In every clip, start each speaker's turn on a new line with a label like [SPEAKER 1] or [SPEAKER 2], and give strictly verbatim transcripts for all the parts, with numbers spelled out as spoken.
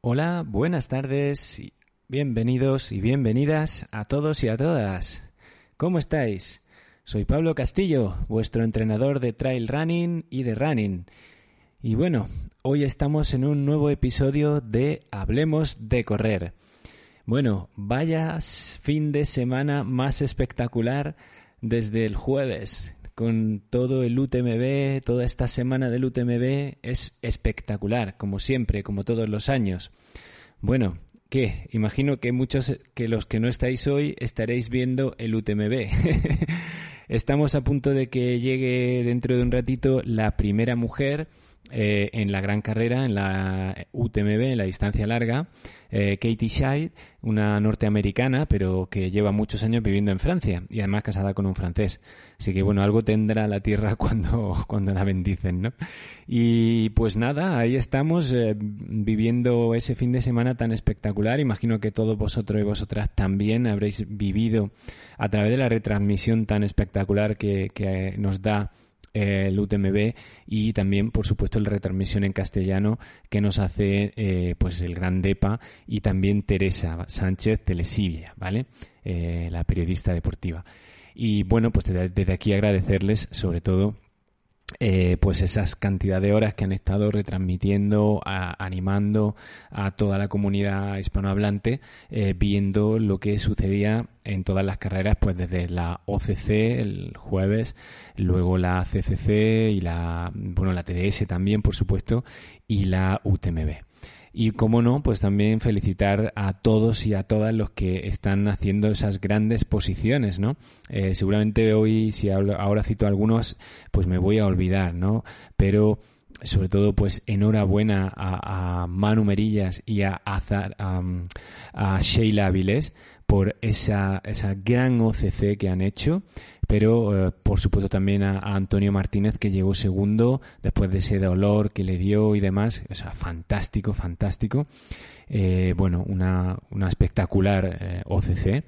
[SPEAKER 1] Hola, buenas tardes, y bienvenidos y bienvenidas a todos y a todas. ¿Cómo estáis? Soy Pablo Castillo, vuestro entrenador de trail running y de running. Y bueno, hoy estamos en un nuevo episodio de Hablemos de Correr. Bueno, vaya fin de semana más espectacular desde el jueves. Con todo el U T M B, toda esta semana del U T M B es espectacular, como siempre, como todos los años. Bueno, ¿qué? Imagino que muchos, que los que no estáis hoy, estaréis viendo el U T M B. Estamos a punto de que llegue dentro de un ratito la primera mujer eh, en la gran carrera, en la U T M B, en la distancia larga, eh, Katie Scheidt, una norteamericana, pero que lleva muchos años viviendo en Francia y además casada con un francés. Así que bueno, algo tendrá la tierra cuando, cuando la bendicen, ¿no? Y pues nada, ahí estamos eh, viviendo ese fin de semana tan espectacular. Imagino que todos vosotros y vosotras también habréis vivido a través de la retransmisión tan espectacular que, que nos da el U T M B y también, por supuesto, la retransmisión en castellano que nos hace eh, pues el gran Depa y también Teresa Sánchez Telesilla, ¿vale? Eh, la periodista deportiva. Y bueno, pues desde, desde aquí agradecerles sobre todo Eh, pues esas cantidad de horas que han estado retransmitiendo, a, animando a toda la comunidad hispanohablante, eh, viendo lo que sucedía en todas las carreras, pues desde la O C C el jueves, luego la C C C y la, bueno, la T D S también, por supuesto, y la U T M B. Y cómo no, pues también felicitar a todos y a todas los que están haciendo esas grandes posiciones, ¿no? Eh, seguramente hoy, si hablo, ahora cito algunos, pues me voy a olvidar, ¿no? Pero sobre todo, pues enhorabuena a, a Manu Merillas y a, Azar, a, a Sheila Avilés por esa, esa gran O C C que han hecho, pero eh, por supuesto también a, a Antonio Martínez, que llegó segundo después de ese dolor que le dio y demás. O sea, fantástico, fantástico. Eh, bueno, una, una espectacular eh, O C C.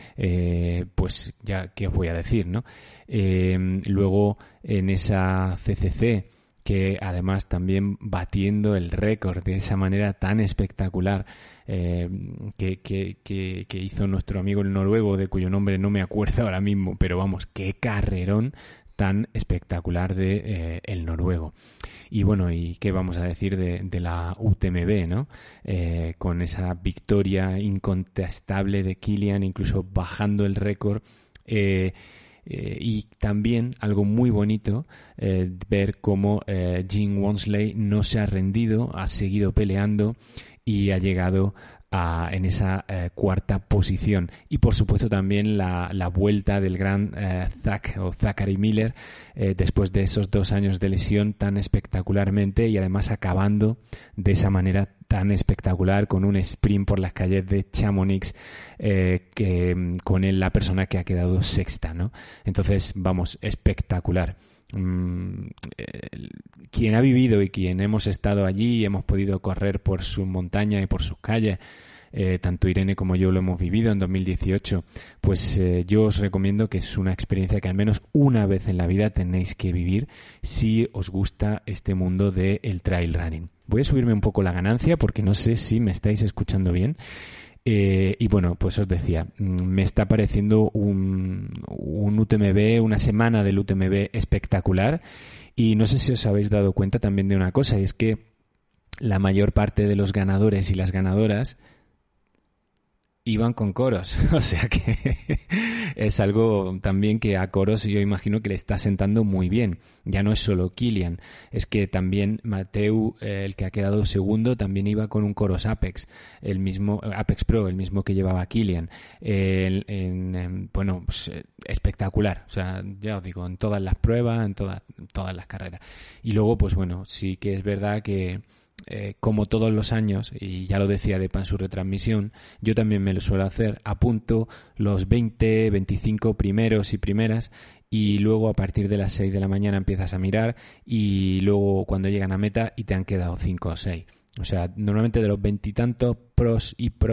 [SPEAKER 1] Eh, pues ya, ¿qué os voy a decir, no? Eh, luego en esa C C C, que además también batiendo el récord de esa manera tan espectacular eh, que, que, que, que hizo nuestro amigo el noruego, de cuyo nombre no me acuerdo ahora mismo, pero vamos, qué carrerón tan espectacular de eh, el noruego. Y bueno, ¿y qué vamos a decir de, de la U T M B, ¿no? Eh, con esa victoria incontestable de Kilian, incluso bajando el récord, eh, Eh, y también algo muy bonito, eh, ver cómo eh, Jim Walmsley no se ha rendido, ha seguido peleando y ha llegado a, en esa eh, cuarta posición. Y por supuesto también la, la vuelta del gran eh, Zach o Zachary Miller eh, después de esos dos años de lesión tan espectacularmente, y además acabando de esa manera tan espectacular con un sprint por las calles de Chamonix, eh, que con él la persona que ha quedado sexta, ¿no? Entonces, vamos, espectacular. Mm, eh, quien ha vivido y quien hemos estado allí y hemos podido correr por su montaña y por sus calles, eh, tanto Irene como yo lo hemos vivido en dos mil dieciocho, pues eh, yo os recomiendo que es una experiencia que al menos una vez en la vida tenéis que vivir si os gusta este mundo del trail running. Voy a subirme un poco la ganancia porque no sé si me estáis escuchando bien. Eh, y bueno, pues os decía, me está pareciendo un, un U T M B, una semana del U T M B espectacular, y no sé si os habéis dado cuenta también de una cosa, y es que la mayor parte de los ganadores y las ganadoras iban con coros, o sea que es algo también que a coros yo imagino que le está sentando muy bien. Ya no es solo Kilian, es que también Mateu, eh, el que ha quedado segundo, también iba con un coros Apex, el mismo Apex Pro, el mismo que llevaba Kilian. Eh, en, en, bueno, pues, espectacular, o sea, ya os digo, en todas las pruebas, en todas, todas las carreras. Y luego, pues bueno, sí que es verdad que Eh, como todos los años, y ya lo decía Depa en su retransmisión, yo también me lo suelo hacer, apunto los veinte, veinticinco primeros y primeras, y luego a partir de las seis de la mañana empiezas a mirar, y luego cuando llegan a meta y te han quedado cinco o seis. O sea, normalmente de los veintitantos pros y pros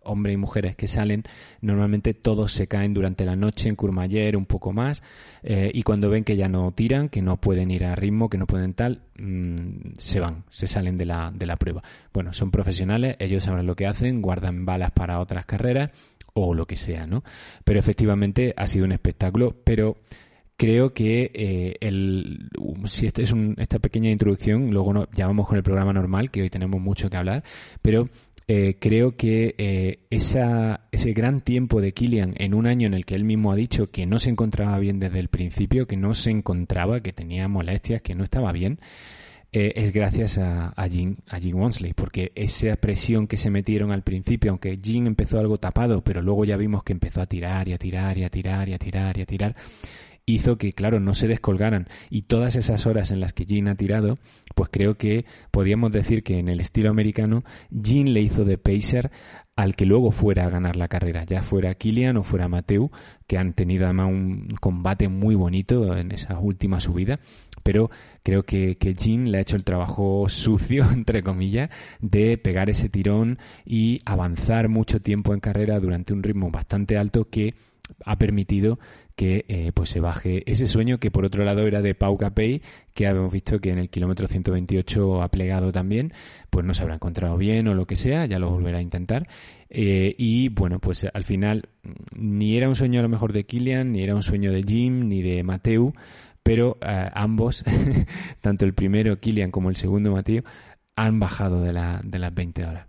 [SPEAKER 1] hombres y mujeres que salen, normalmente todos se caen durante la noche en Courmayeur, un poco más, eh, y cuando ven que ya no tiran, que no pueden ir a ritmo, que no pueden tal, mmm, se van, se salen de la, de la prueba. Bueno, son profesionales, ellos saben lo que hacen, guardan balas para otras carreras o lo que sea, ¿no? Pero efectivamente ha sido un espectáculo, pero creo que eh, el, si este es un, esta pequeña introducción, luego no, ya vamos con el programa normal, que hoy tenemos mucho que hablar, pero Eh, creo que eh, esa, ese gran tiempo de Kilian en un año en el que él mismo ha dicho que no se encontraba bien desde el principio, que no se encontraba, que tenía molestias, que no estaba bien, eh, es gracias a, a Jim, a Jim Walmsley, porque esa presión que se metieron al principio, aunque Jim empezó algo tapado, pero luego ya vimos que empezó a tirar y a tirar y a tirar y a tirar y a tirar, hizo que, claro, no se descolgaran. Y todas esas horas en las que Jim ha tirado, pues creo que podríamos decir que en el estilo americano, Jim le hizo de pacer al que luego fuera a ganar la carrera, ya fuera Kilian o fuera Mateu, que han tenido además un combate muy bonito en esa última subida, pero creo que, que Jim le ha hecho el trabajo sucio, entre comillas, de pegar ese tirón y avanzar mucho tiempo en carrera durante un ritmo bastante alto que ha permitido que eh, pues se baje ese sueño que por otro lado era de Pau Capell, que hemos visto que en el kilómetro ciento veintiocho ha plegado también, pues no se habrá encontrado bien o lo que sea, ya lo volverá a intentar, eh, y bueno, pues al final ni era un sueño a lo mejor de Kilian, ni era un sueño de Jim, ni de Mateu, pero eh, ambos, tanto el primero Kilian como el segundo Mateu, han bajado de, la, de las veinte horas,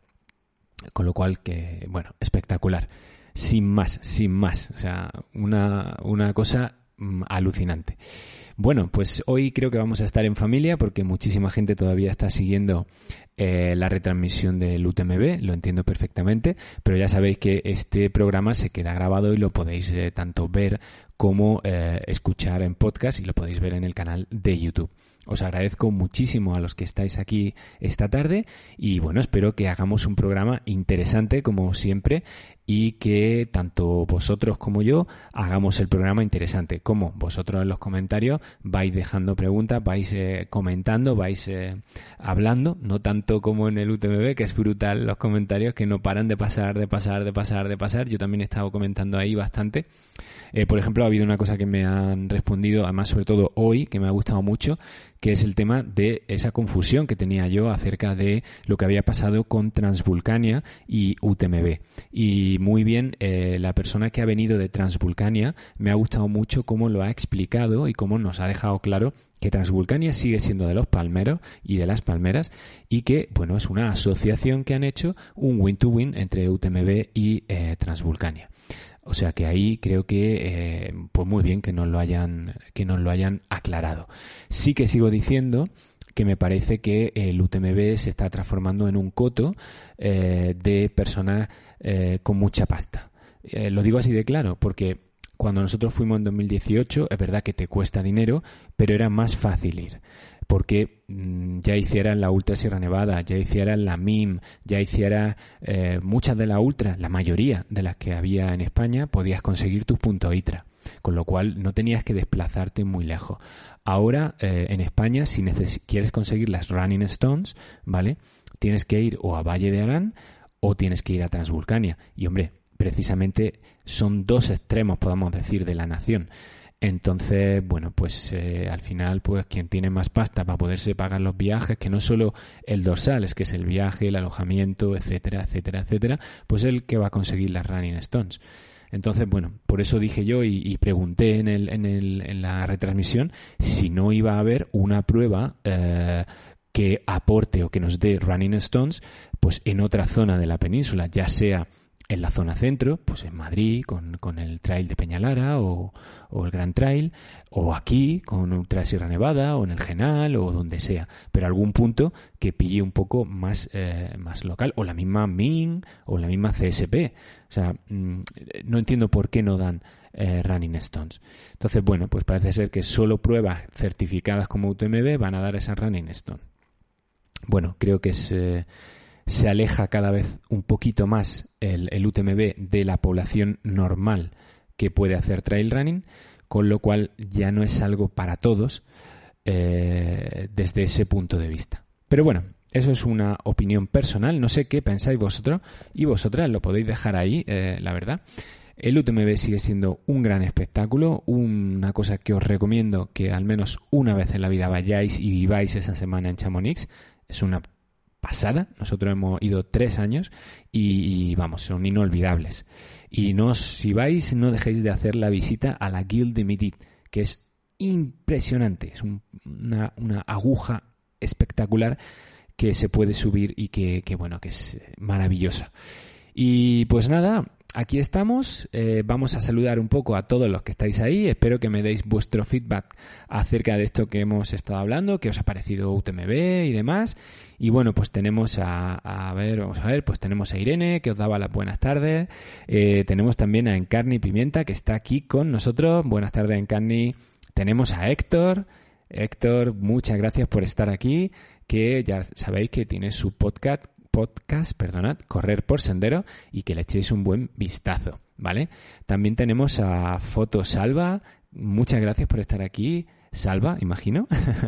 [SPEAKER 1] con lo cual que, bueno, espectacular. Sin más, sin más. O sea, una, una cosa mmm, alucinante. Bueno, pues hoy creo que vamos a estar en familia porque muchísima gente todavía está siguiendo eh, la retransmisión del U T M B, lo entiendo perfectamente, pero ya sabéis que este programa se queda grabado y lo podéis eh, tanto ver como eh, escuchar en podcast y lo podéis ver en el canal de YouTube. Os agradezco muchísimo a los que estáis aquí esta tarde y bueno, espero que hagamos un programa interesante como siempre y que tanto vosotros como yo hagamos el programa interesante. Como vosotros en los comentarios vais dejando preguntas, vais eh, comentando, vais eh, hablando, no tanto como en el U T M B, que es brutal los comentarios que no paran de pasar, de pasar, de pasar, de pasar. Yo también he estado comentando ahí bastante. Eh, por ejemplo, ha habido una cosa que me han respondido, además sobre todo hoy, que me ha gustado mucho, que es el tema de esa confusión que tenía yo acerca de lo que había pasado con Transvulcania y U T M B. Y muy bien, eh, la persona que ha venido de Transvulcania me ha gustado mucho cómo lo ha explicado y cómo nos ha dejado claro que Transvulcania sigue siendo de los palmeros y de las palmeras y que, bueno, es una asociación que han hecho un win-to-win entre U T M B y eh, Transvulcania. O sea que ahí creo que eh, pues muy bien que nos lo hayan que nos lo hayan aclarado. Sí que sigo diciendo que me parece que el U T M B se está transformando en un coto eh, de personas eh, con mucha pasta. Eh, lo digo así de claro porque cuando nosotros fuimos en dos mil dieciocho es verdad que te cuesta dinero, pero era más fácil ir. Porque mmm, ya hicieran la Ultra Sierra Nevada, ya hicieran la M I M, ya hiciera eh, muchas de las ultras, la mayoría de las que había en España, podías conseguir tus puntos I T R A, con lo cual no tenías que desplazarte muy lejos. Ahora, eh, en España, si neces- quieres conseguir las Running Stones, ¿vale? Tienes que ir o a Valle de Arán o tienes que ir a Transvulcania. Y, hombre, precisamente son dos extremos, podemos decir, de la nación. Entonces, bueno, pues eh, al final, pues quien tiene más pasta para poderse pagar los viajes, que no solo el dorsal, es que es el viaje, el alojamiento, etcétera, etcétera, etcétera, pues es el que va a conseguir las Running Stones. Entonces, bueno, por eso dije yo y, y pregunté en, el, en, el, en la retransmisión si no iba a haber una prueba eh, que aporte o que nos dé Running Stones pues en otra zona de la península, ya sea en la zona centro, pues en Madrid con, con el Trail de Peñalara o, o el Gran Trail, o aquí con Ultra Sierra Nevada o en el Genal o donde sea, pero algún punto que pille un poco más, eh, más local, o la misma M I N o la misma C S P. O sea, mmm, no entiendo por qué no dan eh, Running Stones. Entonces, bueno, pues parece ser que solo pruebas certificadas como U T M B van a dar esa Running Stone. Bueno, creo que es... Eh, se aleja cada vez un poquito más el, el U T M B de la población normal que puede hacer trail running, con lo cual ya no es algo para todos eh, desde ese punto de vista. Pero bueno, eso es una opinión personal, no sé qué pensáis vosotros y vosotras, lo podéis dejar ahí, eh, la verdad. El U T M B sigue siendo un gran espectáculo, una cosa que os recomiendo que al menos una vez en la vida vayáis y viváis esa semana en Chamonix. Es una pasada, nosotros hemos ido tres años y, y vamos, son inolvidables. Y no, si vais, no dejéis de hacer la visita a la Guilde de Midi, que es impresionante, es un, una, una aguja espectacular que se puede subir y que, que bueno, que es maravillosa. Y pues nada, aquí estamos, eh, vamos a saludar un poco a todos los que estáis ahí, espero que me deis vuestro feedback acerca de esto que hemos estado hablando, que os ha parecido U T M B y demás. Y bueno, pues tenemos a, a ver, vamos a ver, pues tenemos a Irene, que os daba las buenas tardes, eh, tenemos también a Encarni Pimienta, que está aquí con nosotros, buenas tardes Encarni, tenemos a Héctor, Héctor, muchas gracias por estar aquí, que ya sabéis que tiene su podcast, podcast, perdonad, Correr por Sendero, y que le echéis un buen vistazo, ¿vale? También tenemos a Foto Salva, muchas gracias por estar aquí, Salva, imagino.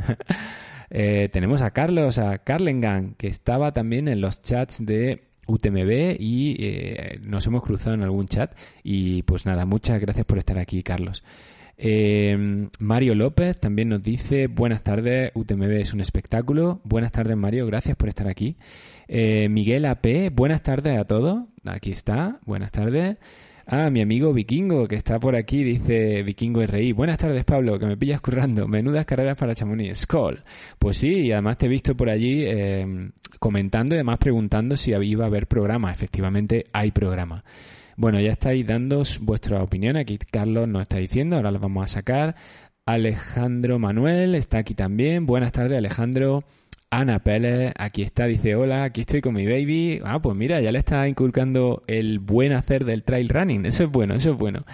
[SPEAKER 1] eh, tenemos a Carlos, a Carlengan, que estaba también en los chats de U T M B y eh, nos hemos cruzado en algún chat, y pues nada, muchas gracias por estar aquí, Carlos. Eh, Mario López también nos dice buenas tardes, U T M B es un espectáculo. Buenas tardes Mario, gracias por estar aquí. eh, Miguel A P, buenas tardes a todos, aquí está, buenas tardes. Ah, mi amigo Vikingo, que está por aquí, dice Vikingo R I. Buenas tardes, Pablo, que me pillas currando. Menudas carreras para Chamonix. Skol. Pues sí, y además te he visto por allí eh, comentando y además preguntando si iba a haber programa. Efectivamente, hay programa. Bueno, ya estáis dando vuestra opinión. Aquí Carlos nos está diciendo, ahora los vamos a sacar. Alejandro Manuel está aquí también. Buenas tardes, Alejandro. Ana Pérez, aquí está, dice, hola, aquí estoy con mi baby. Ah, pues mira, ya le está inculcando el buen hacer del trail running. Eso es bueno, eso es bueno.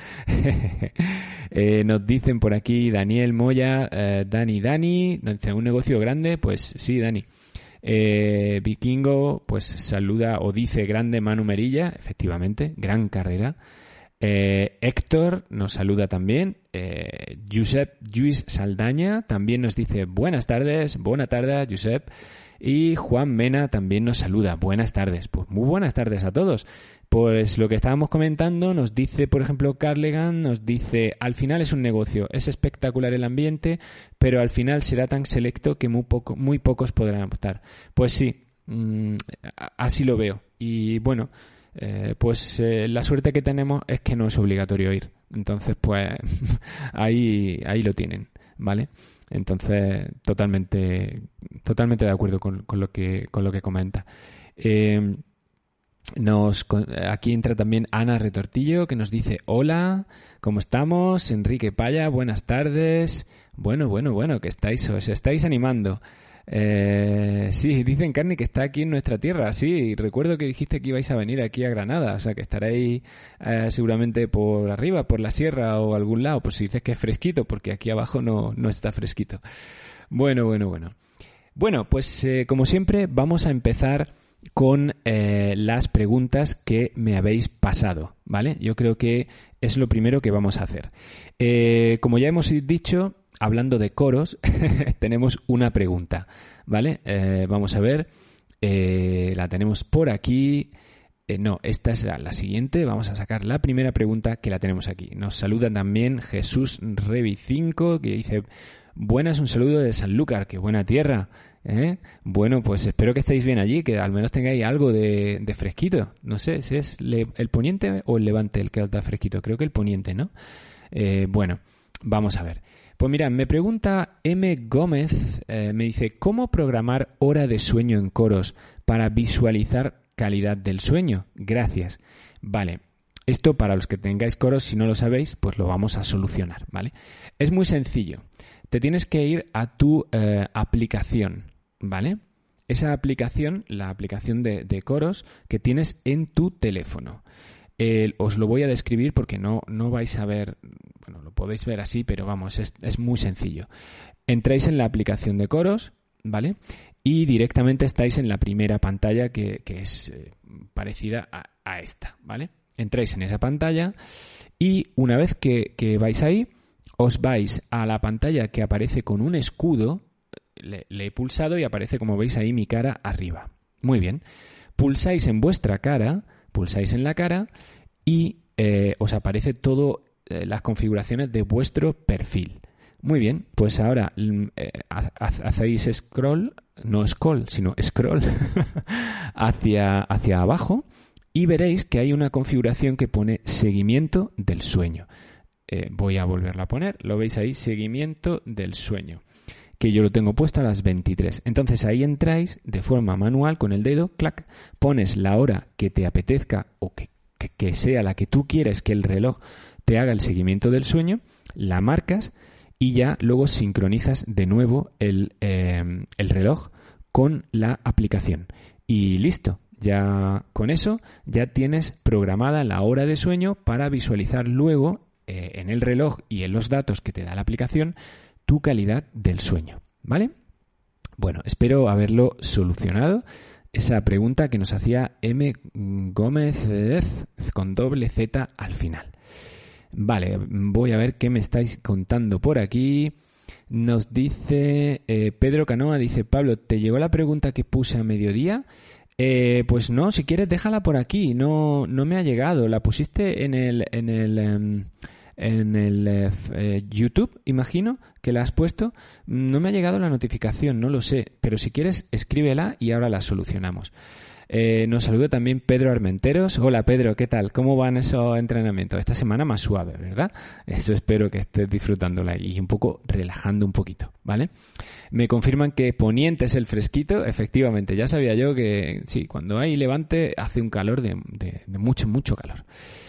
[SPEAKER 1] eh, nos dicen por aquí Daniel Moya, eh, Dani, Dani, nos dice, ¿un negocio grande? Pues sí, Dani. Eh, Vikingo, pues saluda o dice grande Manu Merilla, efectivamente, gran carrera. Eh, Héctor nos saluda también. Eh, Josep Lluís Saldaña también nos dice buenas tardes, buena tarde, Josep. Y Juan Mena también nos saluda, buenas tardes. Pues muy buenas tardes a todos. Pues lo que estábamos comentando nos dice, por ejemplo, Carlegan, nos dice, al final es un negocio, es espectacular el ambiente, pero al final será tan selecto que muy, poco, muy pocos podrán optar. Pues sí, mmm, así lo veo. Y bueno, Eh, pues eh, la suerte que tenemos es que no es obligatorio ir, entonces pues ahí ahí lo tienen, ¿vale? Entonces totalmente totalmente de acuerdo con, con lo que con lo que comenta. Eh, nos aquí entra también Ana Retortillo, que nos dice hola, ¿cómo estamos? Enrique Paya, buenas tardes. Bueno, bueno, bueno, que estáis os estáis animando. Eh, sí, dicen Carni que está aquí en nuestra tierra. Sí, recuerdo que dijiste que ibais a venir aquí a Granada, o sea que estaréis eh, seguramente por arriba, por la sierra o algún lado. Pues si dices que es fresquito, porque aquí abajo no, no está fresquito. Bueno, bueno, bueno. Bueno, pues eh, como siempre vamos a empezar con eh, las preguntas que me habéis pasado, ¿vale? Yo creo que es lo primero que vamos a hacer. Eh, como ya hemos dicho, hablando de coros, tenemos una pregunta, ¿vale? Eh, vamos a ver, eh, la tenemos por aquí. Eh, no, esta es la, la siguiente. Vamos a sacar la primera pregunta que la tenemos aquí. Nos saluda también Jesús Revi cinco, que dice, buenas, un saludo de Sanlúcar, qué buena tierra. ¿Eh? Bueno, pues espero que estéis bien allí, que al menos tengáis algo de, de fresquito. No sé si es le, el poniente o el levante el que os da fresquito. Creo que el poniente, ¿no? Eh, bueno, vamos a ver. Pues mira, me pregunta M. Gómez, eh, me dice, ¿cómo programar hora de sueño en coros para visualizar calidad del sueño? Gracias. Vale, esto para los que tengáis coros, si no lo sabéis, pues lo vamos a solucionar, ¿vale? Es muy sencillo. Te tienes que ir a tu eh, aplicación, ¿vale? Esa aplicación, la aplicación de, de coros que tienes en tu teléfono. Eh, os lo voy a describir porque no, no vais a ver, bueno, lo podéis ver así, pero vamos, es, es muy sencillo. Entráis en la aplicación de coros, ¿vale? Y directamente estáis en la primera pantalla que, que es eh, parecida a, a esta, ¿vale? Entráis en esa pantalla y una vez que, que vais ahí, os vais a la pantalla que aparece con un escudo. le, le he pulsado y aparece, como veis ahí, mi cara arriba. Muy bien. Pulsáis en vuestra cara, pulsáis en la cara y eh, os aparece todo eh, las configuraciones de vuestro perfil. Muy bien, pues ahora eh, hacéis scroll, no scroll, sino scroll hacia, hacia abajo y veréis que hay una configuración que pone seguimiento del sueño. Eh, voy a volverla a poner, lo veis ahí, seguimiento del sueño, que yo lo tengo puesto a las veintitrés. Entonces ahí entráis de forma manual con el dedo, clac, pones la hora que te apetezca o que, que, que sea la que tú quieres que el reloj te haga el seguimiento del sueño, la marcas y ya luego sincronizas de nuevo el, eh, el reloj con la aplicación. Y listo, ya con eso ya tienes programada la hora de sueño para visualizar luego eh, en el reloj y en los datos que te da la aplicación tu calidad del sueño, ¿vale? Bueno, espero haberlo solucionado. Esa pregunta que nos hacía M. Gómez con doble Z al final. Vale, voy a ver qué me estáis contando por aquí. Nos dice eh, Pedro Canoa, dice, Pablo, ¿te llegó la pregunta que puse a mediodía? Eh, pues no, si quieres déjala por aquí, no, no me ha llegado. La pusiste en el, en el, um, en el eh, YouTube, imagino que la has puesto. No me ha llegado la notificación, no lo sé, pero si quieres escríbela y ahora la solucionamos. Eh, nos saluda también Pedro Armenteros. Hola Pedro, ¿qué tal? ¿Cómo van esos entrenamientos? Esta semana más suave, ¿verdad? Eso espero que estés disfrutándola y un poco relajando un poquito, ¿vale? Me confirman que Poniente es el fresquito. Efectivamente, ya sabía yo que sí, cuando hay levante hace un calor de, de, de mucho, mucho calor.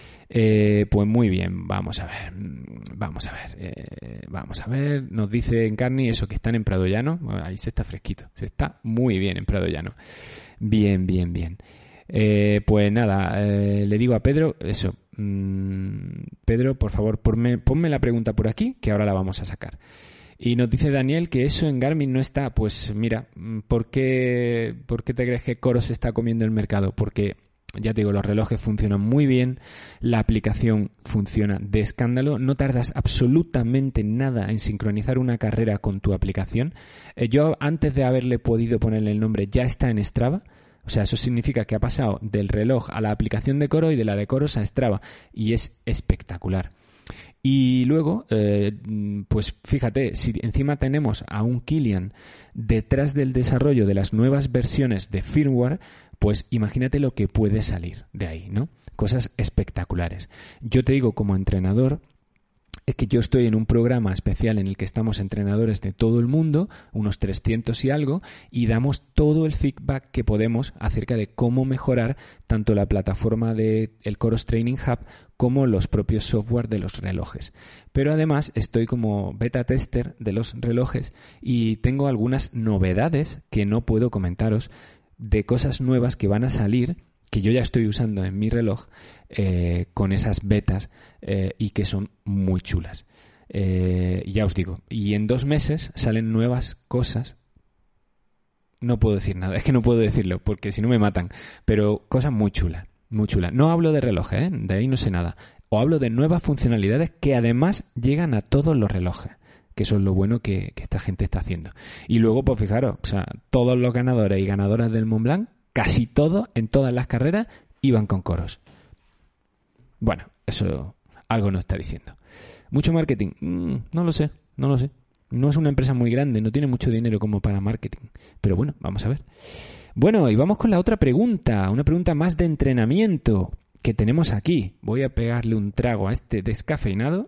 [SPEAKER 1] Eh, pues muy bien, vamos a ver, vamos a ver, eh, vamos a ver, nos dice Encarni eso, que están en Prado Llano. Bueno, ahí se está fresquito, se está muy bien en Prado Llano. Bien, bien, bien. Eh, pues nada, eh, le digo a Pedro eso, mmm, Pedro, por favor, ponme, ponme la pregunta por aquí, que ahora la vamos a sacar. Y nos dice Daniel que eso en Garmin no está. Pues mira, ¿por qué, por qué te crees que Coros se está comiendo el mercado? Porque ya te digo, los relojes funcionan muy bien, la aplicación funciona de escándalo, no tardas absolutamente nada en sincronizar una carrera con tu aplicación. Eh, yo antes de haberle podido ponerle el nombre ya está en Strava, o sea, eso significa que ha pasado del reloj a la aplicación de Coro y de la de Coros a Strava y es espectacular. Y luego, eh, pues fíjate, si encima tenemos a un Kilian detrás del desarrollo de las nuevas versiones de firmware, pues imagínate lo que puede salir de ahí, ¿no? Cosas espectaculares. Yo te digo, como entrenador, es que yo estoy en un programa especial en el que estamos entrenadores de todo el mundo, unos trescientos y algo, y damos todo el feedback que podemos acerca de cómo mejorar tanto la plataforma de el Coros Training Hub como los propios software de los relojes. Pero además estoy como beta tester de los relojes y tengo algunas novedades que no puedo comentaros de cosas nuevas que van a salir, que yo ya estoy usando en mi reloj eh, con esas betas eh, y que son muy chulas. Eh, ya os digo, y en dos meses salen nuevas cosas. No puedo decir nada, es que no puedo decirlo porque si no me matan, pero cosas muy chulas, muy chulas. No hablo de relojes, ¿eh? De ahí no sé nada. O hablo de nuevas funcionalidades que además llegan a todos los relojes, que eso es lo bueno que, que esta gente está haciendo. Y luego, pues fijaros, o sea, todos los ganadores y ganadoras del Mont Blanc, casi todos, en todas las carreras, iban con Coros. Bueno, eso algo nos está diciendo. ¿Mucho marketing? Mm, no lo sé, no lo sé. No es una empresa muy grande, no tiene mucho dinero como para marketing. Pero bueno, vamos a ver. Bueno, y vamos con la otra pregunta, una pregunta más de entrenamiento que tenemos aquí. Voy a pegarle un trago a este descafeinado,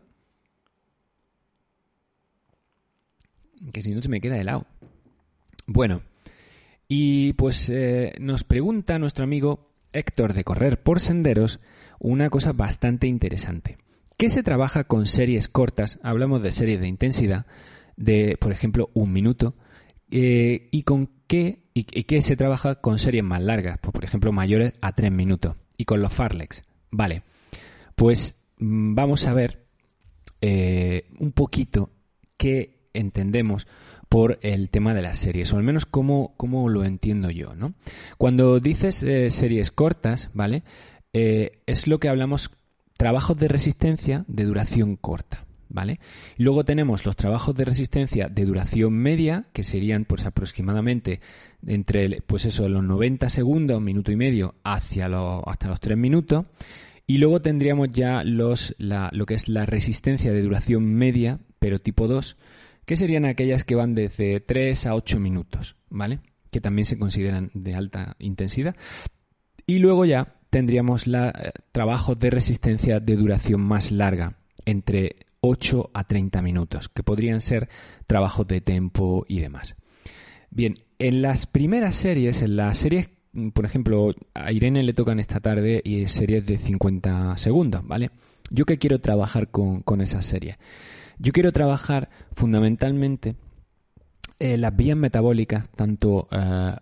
[SPEAKER 1] que si no se me queda helado. Bueno, y pues eh, nos pregunta nuestro amigo Héctor de Correr por Senderos una cosa bastante interesante. ¿Qué se trabaja con series cortas? Hablamos de series de intensidad, de, por ejemplo, un minuto. Eh, ¿Y con qué, y, y qué se trabaja con series más largas? Pues, por ejemplo, mayores a tres minutos. Y con los Farlex. Vale, pues vamos a ver eh, un poquito qué entendemos por el tema de las series, o al menos cómo, cómo lo entiendo yo, ¿no? Cuando dices eh, series cortas, ¿vale? Eh, es lo que hablamos, trabajos de resistencia de duración corta, ¿vale? Luego tenemos los trabajos de resistencia de duración media, que serían pues aproximadamente entre pues eso, los noventa segundos, minuto y medio, hacia los, hasta los tres minutos. Y luego tendríamos ya los, la, lo que es la resistencia de duración media, pero tipo dos, que serían aquellas que van desde tres a ocho minutos, ¿vale? Que también se consideran de alta intensidad. Y luego ya tendríamos la, eh, trabajos de resistencia de duración más larga, entre ocho a treinta minutos, que podrían ser trabajos de tempo y demás. Bien, en las primeras series, en las series, por ejemplo, a Irene le tocan esta tarde y series de cincuenta segundos, ¿vale? ¿Yo qué quiero trabajar con, con esas series? Yo quiero trabajar fundamentalmente eh, las vías metabólicas, tanto eh,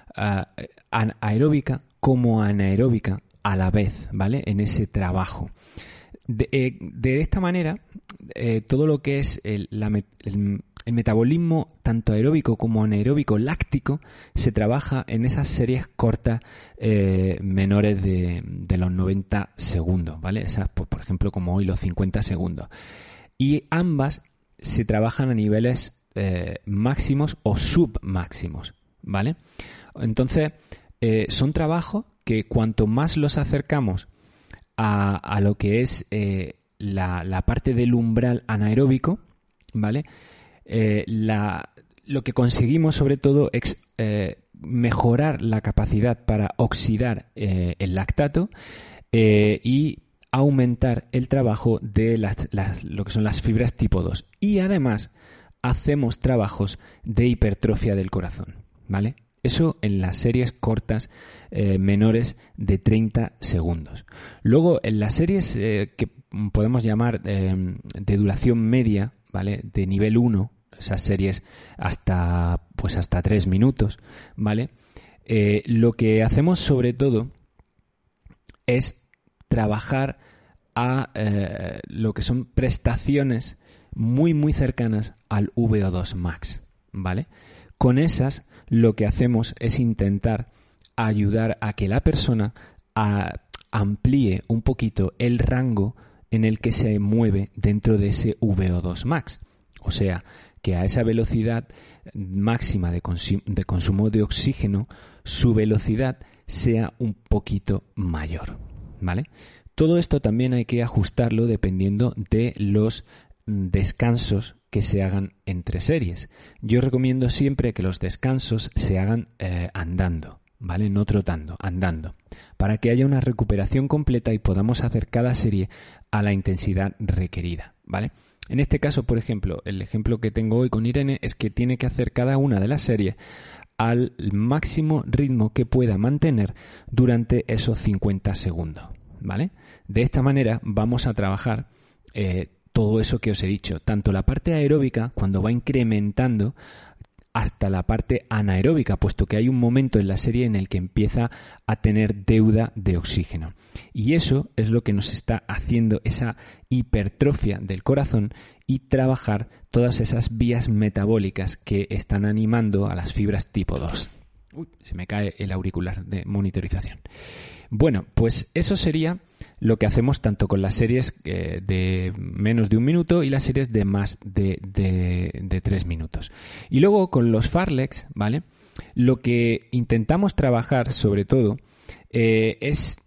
[SPEAKER 1] eh, aeróbica como anaeróbica a la vez, ¿vale? En ese trabajo. De, eh, de esta manera, eh, todo lo que es el, la, el, el metabolismo tanto aeróbico como anaeróbico láctico se trabaja en esas series cortas eh, menores de, de los noventa segundos, ¿vale? Esas, pues, por ejemplo, como hoy los cincuenta segundos. Y ambas se trabajan a niveles eh, máximos o submáximos, ¿vale? Entonces, eh, son trabajos que cuanto más los acercamos a, a lo que es eh, la, la parte del umbral anaeróbico, ¿vale? Eh, la, lo que conseguimos sobre todo es eh, mejorar la capacidad para oxidar eh, el lactato eh, y aumentar el trabajo de las, las, lo que son las fibras tipo dos. Y además hacemos trabajos de hipertrofia del corazón, ¿vale? Eso en las series cortas eh, menores de treinta segundos. Luego, en las series eh, que podemos llamar eh, de duración media, ¿vale? De nivel uno, esas series hasta pues hasta tres minutos, ¿vale? Eh, lo que hacemos sobre todo es trabajar a eh, lo que son prestaciones muy muy cercanas al V O dos max, ¿vale? Con esas lo que hacemos es intentar ayudar a que la persona a, amplíe un poquito el rango en el que se mueve dentro de ese V O dos max. O sea, que a esa velocidad máxima de, consu- de consumo de oxígeno, su velocidad sea un poquito mayor, ¿vale? Todo esto también hay que ajustarlo dependiendo de los descansos que se hagan entre series. Yo recomiendo siempre que los descansos se hagan eh, andando, ¿vale? No trotando, andando, para que haya una recuperación completa y podamos hacer cada serie a la intensidad requerida, ¿vale? En este caso, por ejemplo, el ejemplo que tengo hoy con Irene es que tiene que hacer cada una de las series al máximo ritmo que pueda mantener durante esos cincuenta segundos, ¿vale? De esta manera vamos a trabajar eh, todo eso que os he dicho, tanto la parte aeróbica cuando va incrementando hasta la parte anaeróbica, puesto que hay un momento en la serie en el que empieza a tener deuda de oxígeno. Y eso es lo que nos está haciendo esa hipertrofia del corazón y trabajar todas esas vías metabólicas que están animando a las fibras tipo dos. Uy, se me cae el auricular de monitorización. Bueno, pues eso sería lo que hacemos tanto con las series eh, de menos de un minuto y las series de más de, de, de tres minutos. Y luego con los Farlex, ¿vale? Lo que intentamos trabajar sobre todo eh, es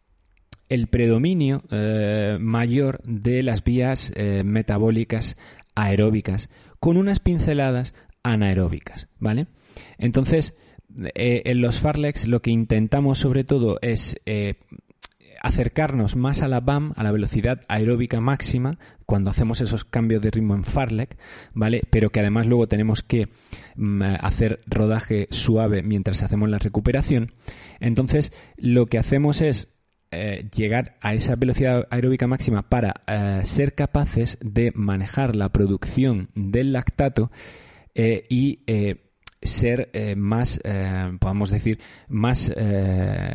[SPEAKER 1] el predominio eh, mayor de las vías eh, metabólicas aeróbicas con unas pinceladas anaeróbicas, ¿vale? Entonces, eh, en los Farlex lo que intentamos sobre todo es eh, acercarnos más a la B A M, a la velocidad aeróbica máxima, cuando hacemos esos cambios de ritmo en Farlek, ¿vale? Pero que además luego tenemos que mm, hacer rodaje suave mientras hacemos la recuperación. Entonces, lo que hacemos es eh, llegar a esa velocidad aeróbica máxima para eh, ser capaces de manejar la producción del lactato eh, y eh, ser eh, más, eh, podemos decir, más eh,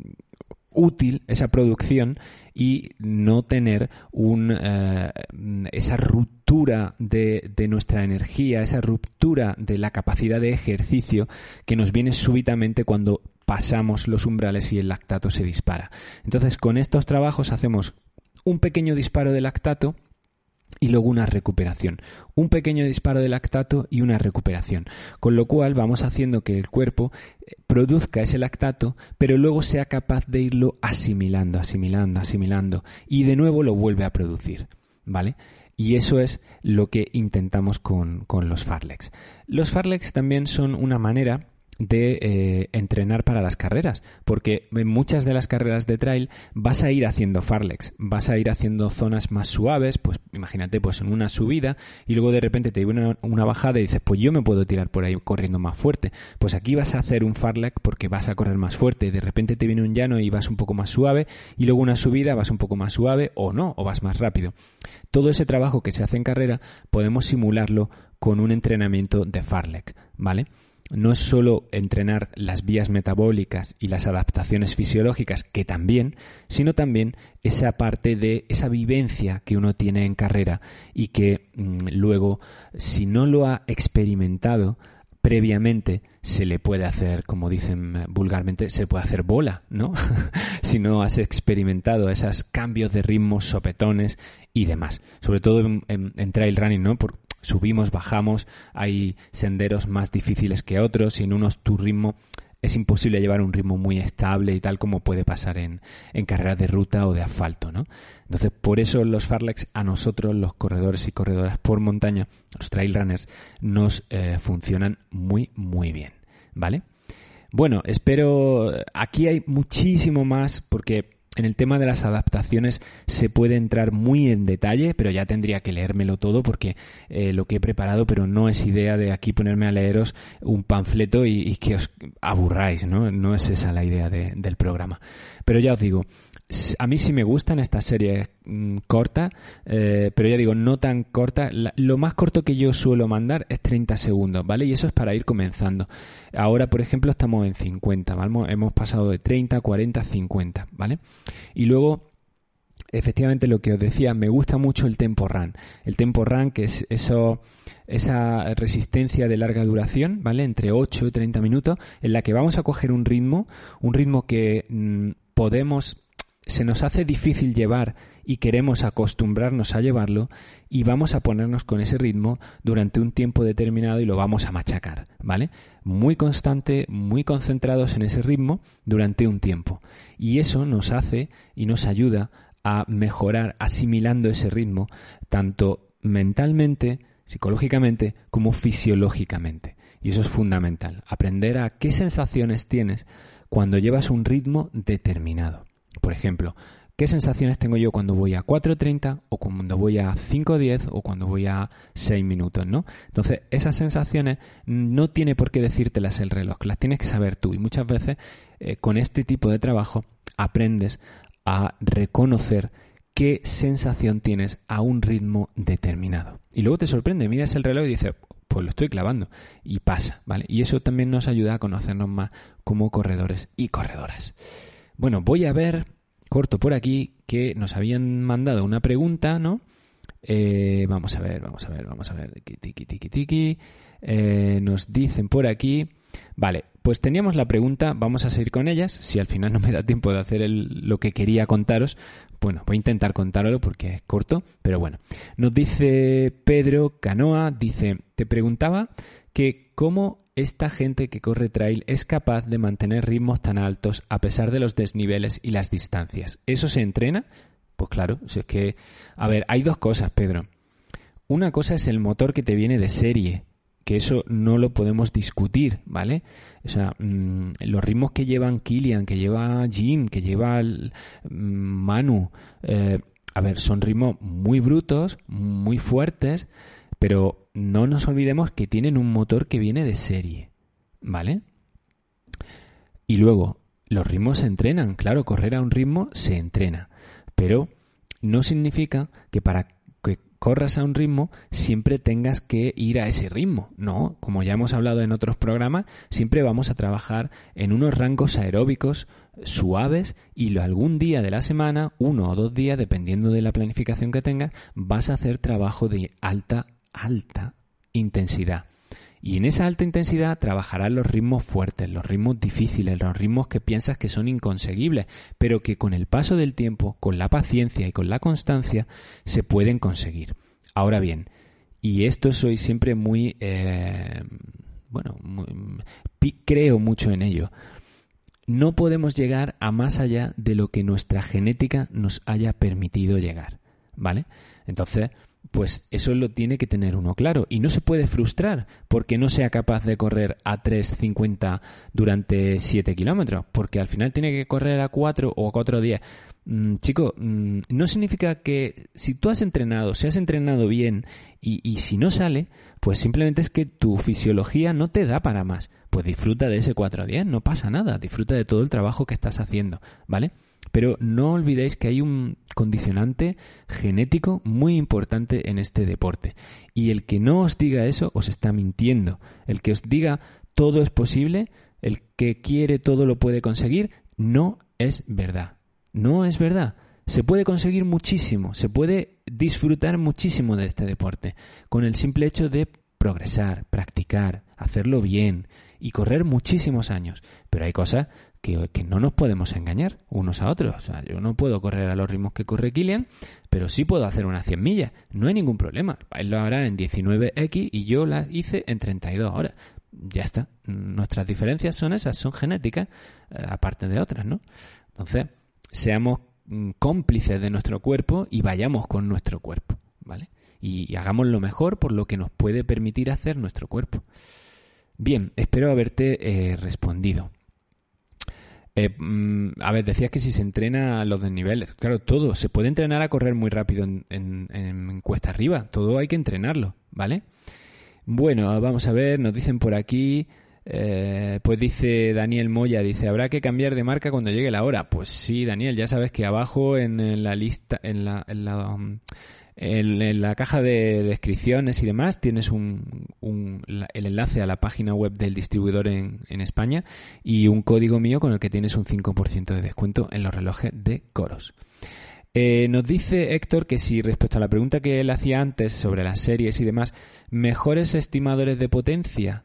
[SPEAKER 1] útil esa producción y no tener un, eh, esa ruptura de, de nuestra energía, esa ruptura de la capacidad de ejercicio que nos viene súbitamente cuando pasamos los umbrales y el lactato se dispara. Entonces, con estos trabajos hacemos un pequeño disparo de lactato y luego una recuperación. Un pequeño disparo de lactato y una recuperación. Con lo cual vamos haciendo que el cuerpo produzca ese lactato, pero luego sea capaz de irlo asimilando, asimilando, asimilando y de nuevo lo vuelve a producir, ¿vale? Y eso es lo que intentamos con, con los Farlex. Los Farlex también son una manera de eh, entrenar para las carreras, porque en muchas de las carreras de trail vas a ir haciendo Farlex, vas a ir haciendo zonas más suaves, pues imagínate pues en una subida y luego de repente te viene una, una bajada y dices, pues yo me puedo tirar por ahí corriendo más fuerte, pues aquí vas a hacer un Farlex porque vas a correr más fuerte, de repente te viene un llano y vas un poco más suave y luego una subida vas un poco más suave o no, o vas más rápido. Todo ese trabajo que se hace en carrera podemos simularlo con un entrenamiento de Farlex, ¿vale? No es solo entrenar las vías metabólicas y las adaptaciones fisiológicas, que también, sino también esa parte de esa vivencia que uno tiene en carrera y que mmm, luego, si no lo ha experimentado previamente, se le puede hacer, como dicen vulgarmente, se puede hacer bola, ¿no? Si no has experimentado esos cambios de ritmos, sopetones y demás. Sobre todo en, en, en trail running, ¿no? Por, subimos, bajamos, hay senderos más difíciles que otros y en unos tu ritmo es imposible llevar un ritmo muy estable y tal como puede pasar en, en carreras de ruta o de asfalto, ¿no? Entonces, por eso los Farlex a nosotros, los corredores y corredoras por montaña, los trail runners, nos eh, funcionan muy, muy bien, ¿vale? Bueno, espero... Aquí hay muchísimo más porque... En el tema de las adaptaciones se puede entrar muy en detalle, pero ya tendría que leérmelo todo porque eh, lo que he preparado, pero no es idea de aquí ponerme a leeros un panfleto y, y que os aburráis, ¿no? No es esa la idea de, del programa. Pero ya os digo, a mí sí me gustan estas series mmm, cortas, eh, pero ya digo, no tan cortas. La, lo más corto que yo suelo mandar es treinta segundos, ¿vale? Y eso es para ir comenzando. Ahora, por ejemplo, estamos en cincuenta, ¿vale? Hemos pasado de treinta, cuarenta, cincuenta, ¿vale? Y luego, efectivamente, lo que os decía, me gusta mucho el tempo run. El tempo run, que es eso, esa resistencia de larga duración, ¿vale? Entre ocho y treinta minutos, en la que vamos a coger un ritmo, un ritmo que mmm, podemos... se nos hace difícil llevar y queremos acostumbrarnos a llevarlo y vamos a ponernos con ese ritmo durante un tiempo determinado y lo vamos a machacar, ¿vale? Muy constante, muy concentrados en ese ritmo durante un tiempo. Y eso nos hace y nos ayuda a mejorar asimilando ese ritmo tanto mentalmente, psicológicamente como fisiológicamente. Y eso es fundamental, aprender a qué sensaciones tienes cuando llevas un ritmo determinado. Por ejemplo, ¿qué sensaciones tengo yo cuando voy a cuatro treinta o cuando voy a cinco diez o cuando voy a seis minutos, ¿no? Entonces, esas sensaciones no tiene por qué decírtelas el reloj, las tienes que saber tú. Y muchas veces, eh, con este tipo de trabajo, aprendes a reconocer qué sensación tienes a un ritmo determinado. Y luego te sorprende, miras el reloj y dices, pues lo estoy clavando. Y pasa, ¿vale? Y eso también nos ayuda a conocernos más como corredores y corredoras. Bueno, voy a ver, corto por aquí, que nos habían mandado una pregunta, ¿no? Eh, vamos a ver, vamos a ver, vamos a ver. Tiki, tiki, tiki. Eh, nos dicen por aquí. Vale, pues teníamos la pregunta, vamos a seguir con ellas. Si al final no me da tiempo de hacer el, lo que quería contaros, bueno, voy a intentar contároslo porque es corto, pero bueno. Nos dice Pedro Canoa, dice, te preguntaba que cómo esta gente que corre trail es capaz de mantener ritmos tan altos a pesar de los desniveles y las distancias. ¿Eso se entrena? Pues claro, si es que... A ver, hay dos cosas, Pedro. Una cosa es el motor que te viene de serie, que eso no lo podemos discutir, ¿vale? O sea, mmm, los ritmos que llevan Kilian, que lleva Jim, que lleva el, mmm, Manu, eh, a ver, son ritmos muy brutos, muy fuertes, pero no nos olvidemos que tienen un motor que viene de serie, ¿vale? Y luego, los ritmos se entrenan, claro, correr a un ritmo se entrena, pero no significa que para que corras a un ritmo siempre tengas que ir a ese ritmo, no, como ya hemos hablado en otros programas, siempre vamos a trabajar en unos rangos aeróbicos suaves y algún día de la semana, uno o dos días, dependiendo de la planificación que tengas, vas a hacer trabajo de alta alta intensidad. Y en esa alta intensidad trabajarás los ritmos fuertes, los ritmos difíciles, los ritmos que piensas que son inconseguibles, pero que con el paso del tiempo, con la paciencia y con la constancia, se pueden conseguir. Ahora bien, y esto soy siempre muy, eh, bueno, muy, creo mucho en ello, no podemos llegar a más allá de lo que nuestra genética nos haya permitido llegar, ¿vale? Entonces, pues eso lo tiene que tener uno claro. Y no se puede frustrar porque no sea capaz de correr a tres cincuenta durante siete kilómetros, porque al final tiene que correr a cuatro o a cuatro diez. Mm, chico, mm, no significa que si tú has entrenado, si has entrenado bien y, y si no sale, pues simplemente es que tu fisiología no te da para más. Pues disfruta de ese cuatro diez, no pasa nada, disfruta de todo el trabajo que estás haciendo, ¿vale? Pero no olvidéis que hay un condicionante genético muy importante en este deporte. Y el que no os diga eso os está mintiendo. El que os diga todo es posible, el que quiere todo lo puede conseguir, no es verdad. No es verdad. Se puede conseguir muchísimo, se puede disfrutar muchísimo de este deporte con el simple hecho de progresar, practicar, hacerlo bien y correr muchísimos años. Pero hay cosas que, que no nos podemos engañar unos a otros. O sea, yo no puedo correr a los ritmos que corre Kilian, pero sí puedo hacer unas cien millas. No hay ningún problema. Él lo hará en diecinueve equis y yo las hice en treinta y dos horas. Ya está. Nuestras diferencias son esas, son genéticas, eh, aparte de otras, ¿no? Entonces, seamos mm, cómplices de nuestro cuerpo y vayamos con nuestro cuerpo, ¿vale? Y, y hagamos lo mejor por lo que nos puede permitir hacer nuestro cuerpo. Bien, espero haberte eh, respondido. Eh, mm, a ver, decías que si se entrena a los desniveles. Claro, todo. Se puede entrenar a correr muy rápido en, en, en cuesta arriba. Todo hay que entrenarlo, ¿vale? Bueno, vamos a ver, nos dicen por aquí... Eh, pues dice Daniel Moya, dice, ¿habrá que cambiar de marca cuando llegue la hora? Pues sí, Daniel, ya sabes que abajo en, en la lista, en la, en la, um, en, en la caja de descripciones y demás tienes un, un, la, el enlace a la página web del distribuidor en, en España y un código mío con el que tienes un cinco por ciento de descuento en los relojes de Coros. Eh, nos dice Héctor que si respecto a la pregunta que él hacía antes sobre las series y demás, mejores estimadores de potencia,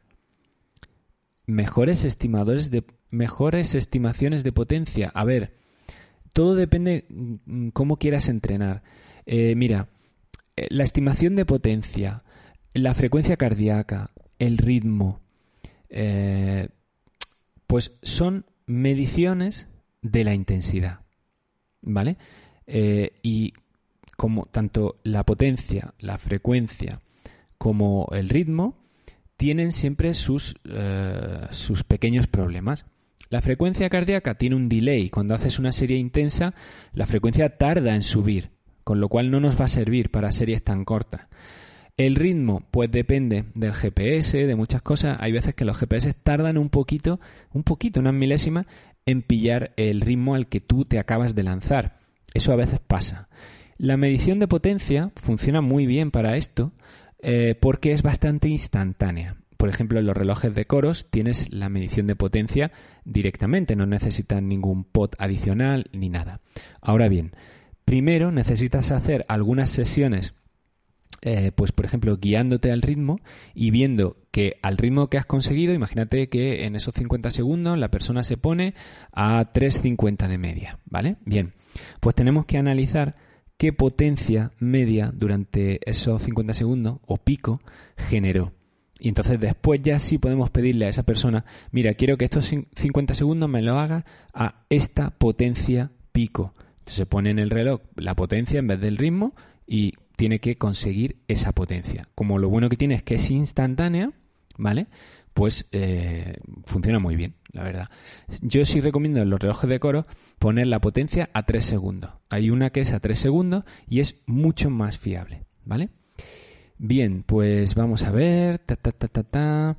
[SPEAKER 1] mejores estimadores de mejores estimaciones de potencia. A ver, todo depende cómo quieras entrenar. Eh, mira, la estimación de potencia, la frecuencia cardíaca, el ritmo, eh, pues son mediciones de la intensidad, ¿vale? Eh, y como tanto la potencia, la frecuencia como el ritmo tienen siempre sus, eh, sus pequeños problemas. La frecuencia cardíaca tiene un delay. Cuando haces una serie intensa, la frecuencia tarda en subir, con lo cual no nos va a servir para series tan cortas. El ritmo, pues depende del G P S, de muchas cosas. Hay veces que los G P S tardan un poquito, un poquito, unas milésimas, en pillar el ritmo al que tú te acabas de lanzar. Eso a veces pasa. La medición de potencia funciona muy bien para esto, Eh, porque es bastante instantánea. Por ejemplo, en los relojes de Coros tienes la medición de potencia directamente, no necesitas ningún pot adicional ni nada. Ahora bien, primero necesitas hacer algunas sesiones, eh, pues por ejemplo, guiándote al ritmo y viendo que al ritmo que has conseguido, imagínate que en esos cincuenta segundos la persona se pone a tres cincuenta de media, ¿vale? Bien, pues tenemos que analizar qué potencia media durante esos cincuenta segundos o pico generó. Y entonces después ya sí podemos pedirle a esa persona, mira, quiero que estos cincuenta segundos me lo haga a esta potencia pico. Entonces se pone en el reloj la potencia en vez del ritmo y tiene que conseguir esa potencia. Como lo bueno que tiene es que es instantánea, ¿vale? Pues eh, funciona muy bien, la verdad. Yo sí recomiendo en los relojes de Coros poner la potencia a tres segundos. Hay una que es a tres segundos y es mucho más fiable, ¿vale? Bien, pues vamos a ver. Ta, ta, ta, ta, ta.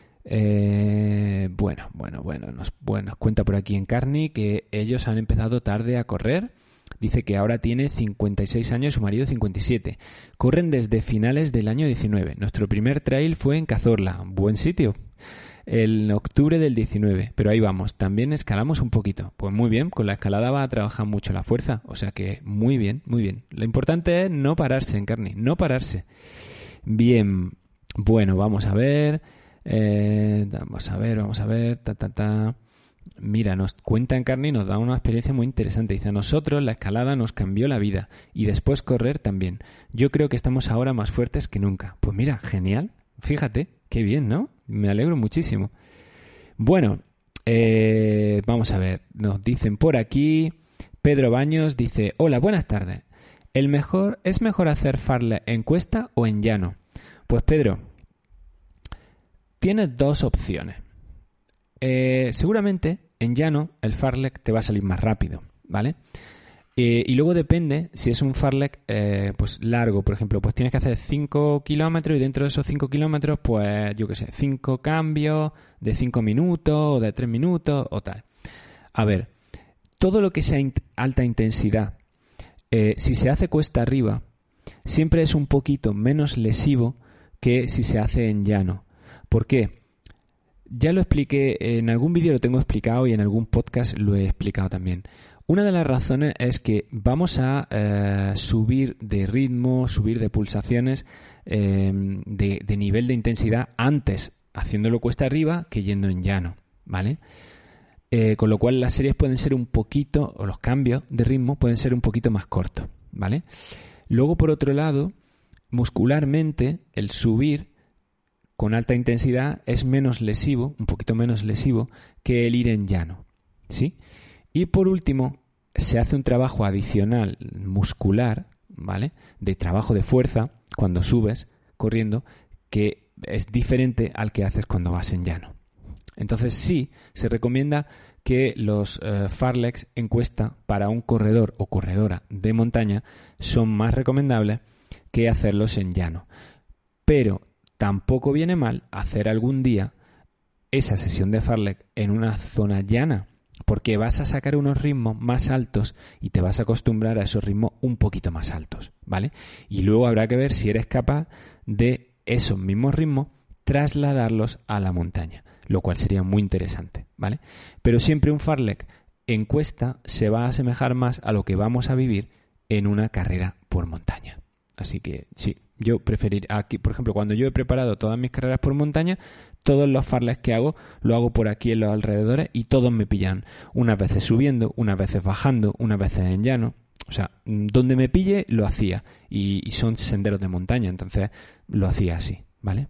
[SPEAKER 1] Eh, bueno, bueno, bueno nos, bueno. Nos cuenta por aquí Encarni que ellos han empezado tarde a correr. Dice que ahora tiene cincuenta y seis años, su marido cincuenta y siete. Corren desde finales del año diecinueve. Nuestro primer trail fue en Cazorla, buen sitio, en octubre del diecinueve. Pero ahí vamos, también escalamos un poquito. Pues muy bien, con la escalada va a trabajar mucho la fuerza. O sea que muy bien, muy bien. Lo importante es no pararse, Encarni, no pararse. Bien, bueno, vamos a ver. Eh, vamos a ver, vamos a ver. Ta, ta, ta. mira, nos cuenta en carne y nos da una experiencia muy interesante. Dice, a nosotros la escalada nos cambió la vida y después correr también. Yo creo que estamos ahora más fuertes que nunca. Pues mira, genial. Fíjate, qué bien, ¿no? Me alegro muchísimo. Bueno, eh, vamos a ver. Nos dicen por aquí, Pedro Baños dice, hola, buenas tardes. ¿El mejor, ¿Es mejor hacer fartlek en cuesta o en llano? Pues Pedro, tienes dos opciones. Eh, seguramente en llano el fartlek te va a salir más rápido, ¿vale? Eh, y luego depende, si es un fartlek eh, pues largo, por ejemplo, pues tienes que hacer cinco kilómetros y dentro de esos cinco kilómetros, pues yo qué sé, cinco cambios de cinco minutos o de tres minutos o tal. A ver, todo lo que sea in- alta intensidad, eh, si se hace cuesta arriba, siempre es un poquito menos lesivo que si se hace en llano. ¿Por qué? Ya lo expliqué, en algún vídeo lo tengo explicado y en algún podcast lo he explicado también. Una de las razones es que vamos a eh, subir de ritmo, subir de pulsaciones, eh, de, de nivel de intensidad antes haciéndolo cuesta arriba que yendo en llano, ¿vale? Eh, con lo cual las series pueden ser un poquito, o los cambios de ritmo pueden ser un poquito más cortos, ¿vale? Luego, por otro lado, muscularmente, el subir con alta intensidad es menos lesivo, un poquito menos lesivo, que el ir en llano, ¿sí? Y por último, se hace un trabajo adicional muscular, ¿vale? De trabajo de fuerza cuando subes corriendo, que es diferente al que haces cuando vas en llano. Entonces sí, se recomienda que los eh, fartleks en cuesta para un corredor o corredora de montaña son más recomendables que hacerlos en llano. Pero tampoco viene mal hacer algún día esa sesión de fartlek en una zona llana, porque vas a sacar unos ritmos más altos y te vas a acostumbrar a esos ritmos un poquito más altos, ¿vale? Y luego habrá que ver si eres capaz de esos mismos ritmos trasladarlos a la montaña, lo cual sería muy interesante, ¿vale? Pero siempre un fartlek en cuesta se va a asemejar más a lo que vamos a vivir en una carrera por montaña. Así que sí, yo preferiría aquí, por ejemplo, cuando yo he preparado todas mis carreras por montaña, todos los fartleks que hago, lo hago por aquí en los alrededores y todos me pillan. Unas veces subiendo, unas veces bajando, unas veces en llano. O sea, donde me pille lo hacía. Y, y son senderos de montaña, entonces lo hacía así, ¿vale?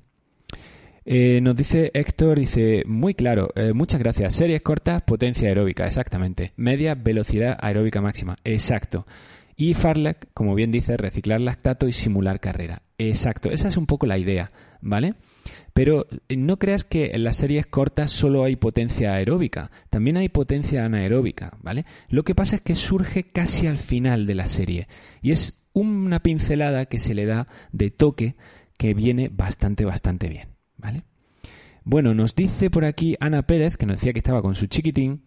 [SPEAKER 1] Eh, nos dice Héctor, dice, muy claro, eh, muchas gracias. Series cortas, potencia aeróbica, exactamente. Media, velocidad aeróbica máxima, exacto. Y fartlek, como bien dice, reciclar lactato y simular carrera. Exacto, esa es un poco la idea, ¿vale? Pero no creas que en las series cortas solo hay potencia aeróbica, también hay potencia anaeróbica, ¿vale? Lo que pasa es que surge casi al final de la serie y es una pincelada que se le da de toque que viene bastante, bastante bien, ¿vale? Bueno, nos dice por aquí Ana Pérez, que nos decía que estaba con su chiquitín.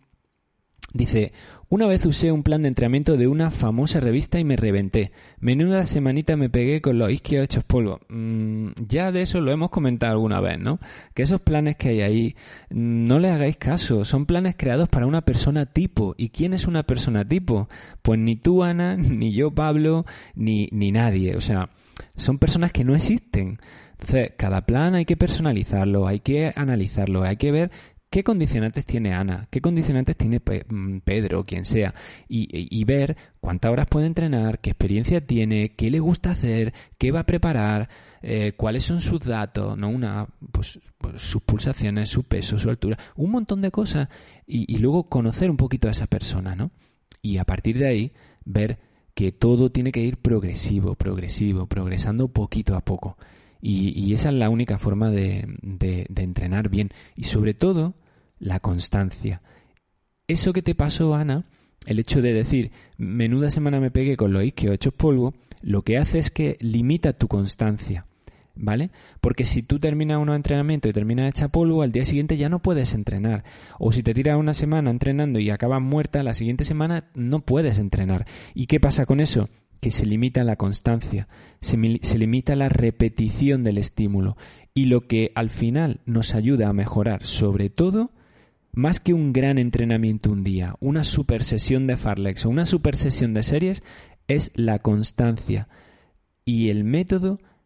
[SPEAKER 1] Dice, una vez usé un plan de entrenamiento de una famosa revista y me reventé. Menuda semanita me pegué con los isquios hechos polvo. Mm, ya de eso lo hemos comentado alguna vez, ¿no? Que esos planes que hay ahí, no les hagáis caso. Son planes creados para una persona tipo. ¿Y quién es una persona tipo? Pues ni tú, Ana, ni yo, Pablo, ni, ni nadie. O sea, son personas que no existen. Entonces, cada plan hay que personalizarlo, hay que analizarlo, hay que ver qué condicionantes tiene Ana, qué condicionantes tiene Pe- Pedro, quien sea, y, y, y ver cuántas horas puede entrenar, qué experiencia tiene, qué le gusta hacer, qué va a preparar, eh, cuáles son sus datos, no una, pues, pues sus pulsaciones, su peso, su altura, un montón de cosas, y, y luego conocer un poquito a esa persona, ¿no? Y a partir de ahí ver que todo tiene que ir progresivo, progresivo, progresando poquito a poco. Y, y esa es la única forma de, de, de entrenar bien. Y sobre todo, la constancia. Eso que te pasó, Ana, el hecho de decir, menuda semana me pegué con los isquios hechos polvo, lo que hace es que limita tu constancia, ¿vale? Porque si tú terminas unos entrenamientos y terminas hecha polvo, al día siguiente ya no puedes entrenar. O si te tiras una semana entrenando y acabas muerta, la siguiente semana no puedes entrenar. ¿Y qué pasa con eso? Que se limita la constancia, se, se limita la repetición del estímulo y lo que al final nos ayuda a mejorar, sobre todo, más que un gran entrenamiento un día, una super sesión de fartleks o una super sesión de series, es la constancia y el método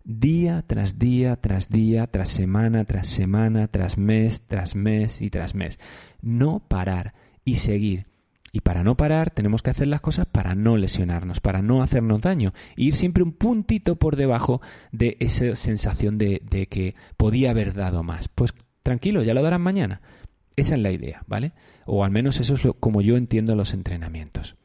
[SPEAKER 1] día tras día, tras día, tras semana, tras semana, tras mes, tras mes y tras mes. No parar y seguir. Y para no parar tenemos que hacer las cosas para no lesionarnos, para no hacernos daño. E ir siempre un puntito por debajo de esa sensación de, de que podía haber dado más. Pues tranquilo, ya lo darás mañana. Esa es la idea, ¿vale? O al menos eso es lo, como yo entiendo los entrenamientos.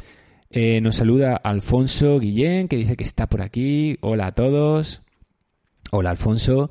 [SPEAKER 1] Eh, nos saluda Alfonso Guillén, que dice que está por aquí. Hola a todos. Hola, Alfonso.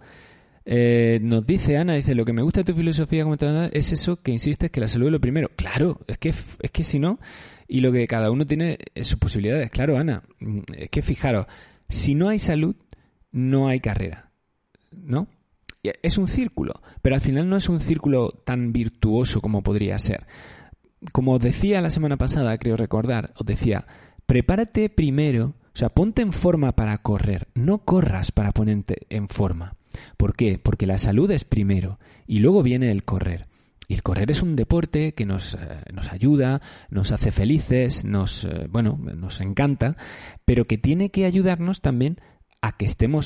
[SPEAKER 1] Eh, nos dice Ana, dice, lo que me gusta de tu filosofía como tal, es eso que insistes que la salud es lo primero. Claro, es que es que si no, y lo que cada uno tiene es sus posibilidades. Claro, Ana, es que fijaros, si no hay salud, no hay carrera, ¿no? Es un círculo, pero al final no es un círculo tan virtuoso como podría ser. Como os decía la semana pasada, creo recordar, os decía, prepárate primero, o sea, ponte en forma para correr, no corras para ponerte en forma. ¿Por qué? Porque la salud es primero y luego viene el correr. Y el correr es un deporte que nos, eh, nos ayuda, nos hace felices, nos, eh, bueno, nos encanta, pero que tiene que ayudarnos también a que estemos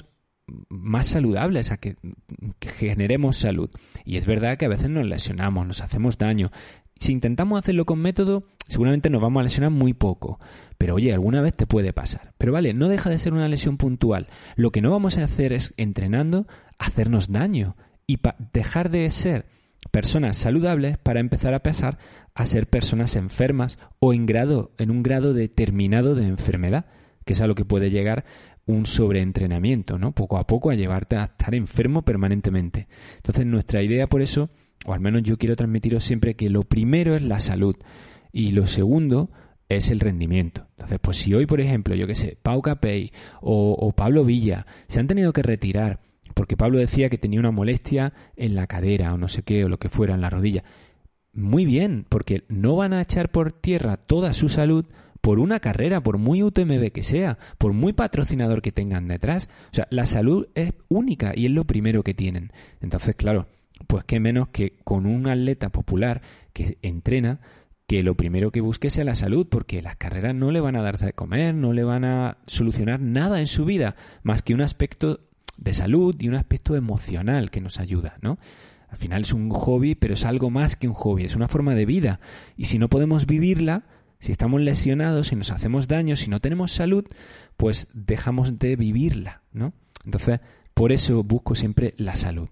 [SPEAKER 1] más saludables, a que, que generemos salud. Y es verdad que a veces nos lesionamos, nos hacemos daño. Si intentamos hacerlo con método, seguramente nos vamos a lesionar muy poco. Pero oye, alguna vez te puede pasar. Pero vale, no deja de ser una lesión puntual. Lo que no vamos a hacer es, entrenando, hacernos daño. Y pa- dejar de ser personas saludables para empezar a pasar a ser personas enfermas o en grado, en un grado determinado de enfermedad, que es a lo que puede llegar un sobreentrenamiento, ¿no? Poco a poco a llevarte a estar enfermo permanentemente. Entonces, nuestra idea por eso, o al menos yo quiero transmitiros siempre que lo primero es la salud y lo segundo es el rendimiento. Entonces, pues si hoy, por ejemplo, yo qué sé, Pau Capell o, o Pablo Villa se han tenido que retirar porque Pablo decía que tenía una molestia en la cadera o no sé qué, o lo que fuera, en la rodilla. Muy bien, porque no van a echar por tierra toda su salud por una carrera, por muy U T M B que sea, por muy patrocinador que tengan detrás. O sea, la salud es única y es lo primero que tienen. Entonces, claro, pues qué menos que con un atleta popular que entrena, que lo primero que busque sea la salud, porque las carreras no le van a dar de comer, no le van a solucionar nada en su vida, más que un aspecto de salud y un aspecto emocional que nos ayuda, ¿no? Al final es un hobby, pero es algo más que un hobby, es una forma de vida. Y si no podemos vivirla, si estamos lesionados, si nos hacemos daño, si no tenemos salud, pues dejamos de vivirla, ¿no? Entonces, por eso busco siempre la salud.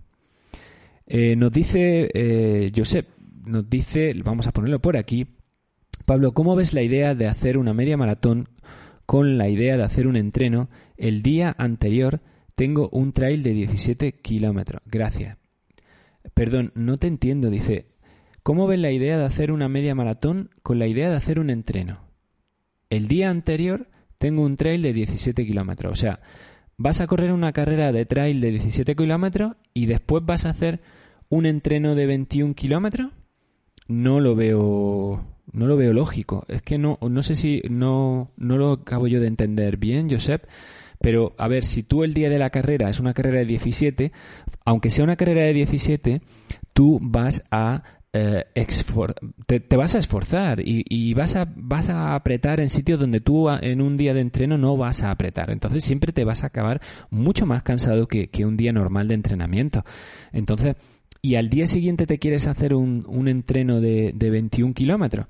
[SPEAKER 1] Eh, nos dice eh, Josep, nos dice, vamos a ponerlo por aquí, Pablo, ¿cómo ves la idea de hacer una media maratón con la idea de hacer un entreno? El día anterior tengo un trail de diecisiete kilómetros. Gracias. Perdón, no te entiendo. Dice, ¿cómo ves la idea de hacer una media maratón con la idea de hacer un entreno? El día anterior tengo un trail de diecisiete kilómetros. O sea, vas a correr una carrera de trail de diecisiete kilómetros y después vas a hacer un entreno de veintiún kilómetros. No lo veo, no lo veo lógico. Es que no, no sé si no, no lo acabo yo de entender bien, Josep. Pero, a ver, si tú el día de la carrera es una carrera de diecisiete, aunque sea una carrera de diecisiete, tú vas a eh, exfor- te, te vas a esforzar y, y vas a vas a apretar en sitios donde tú a, en un día de entreno no vas a apretar. Entonces siempre te vas a acabar mucho más cansado que, que un día normal de entrenamiento. Entonces, y al día siguiente te quieres hacer un, un entreno de, de veintiún kilómetros.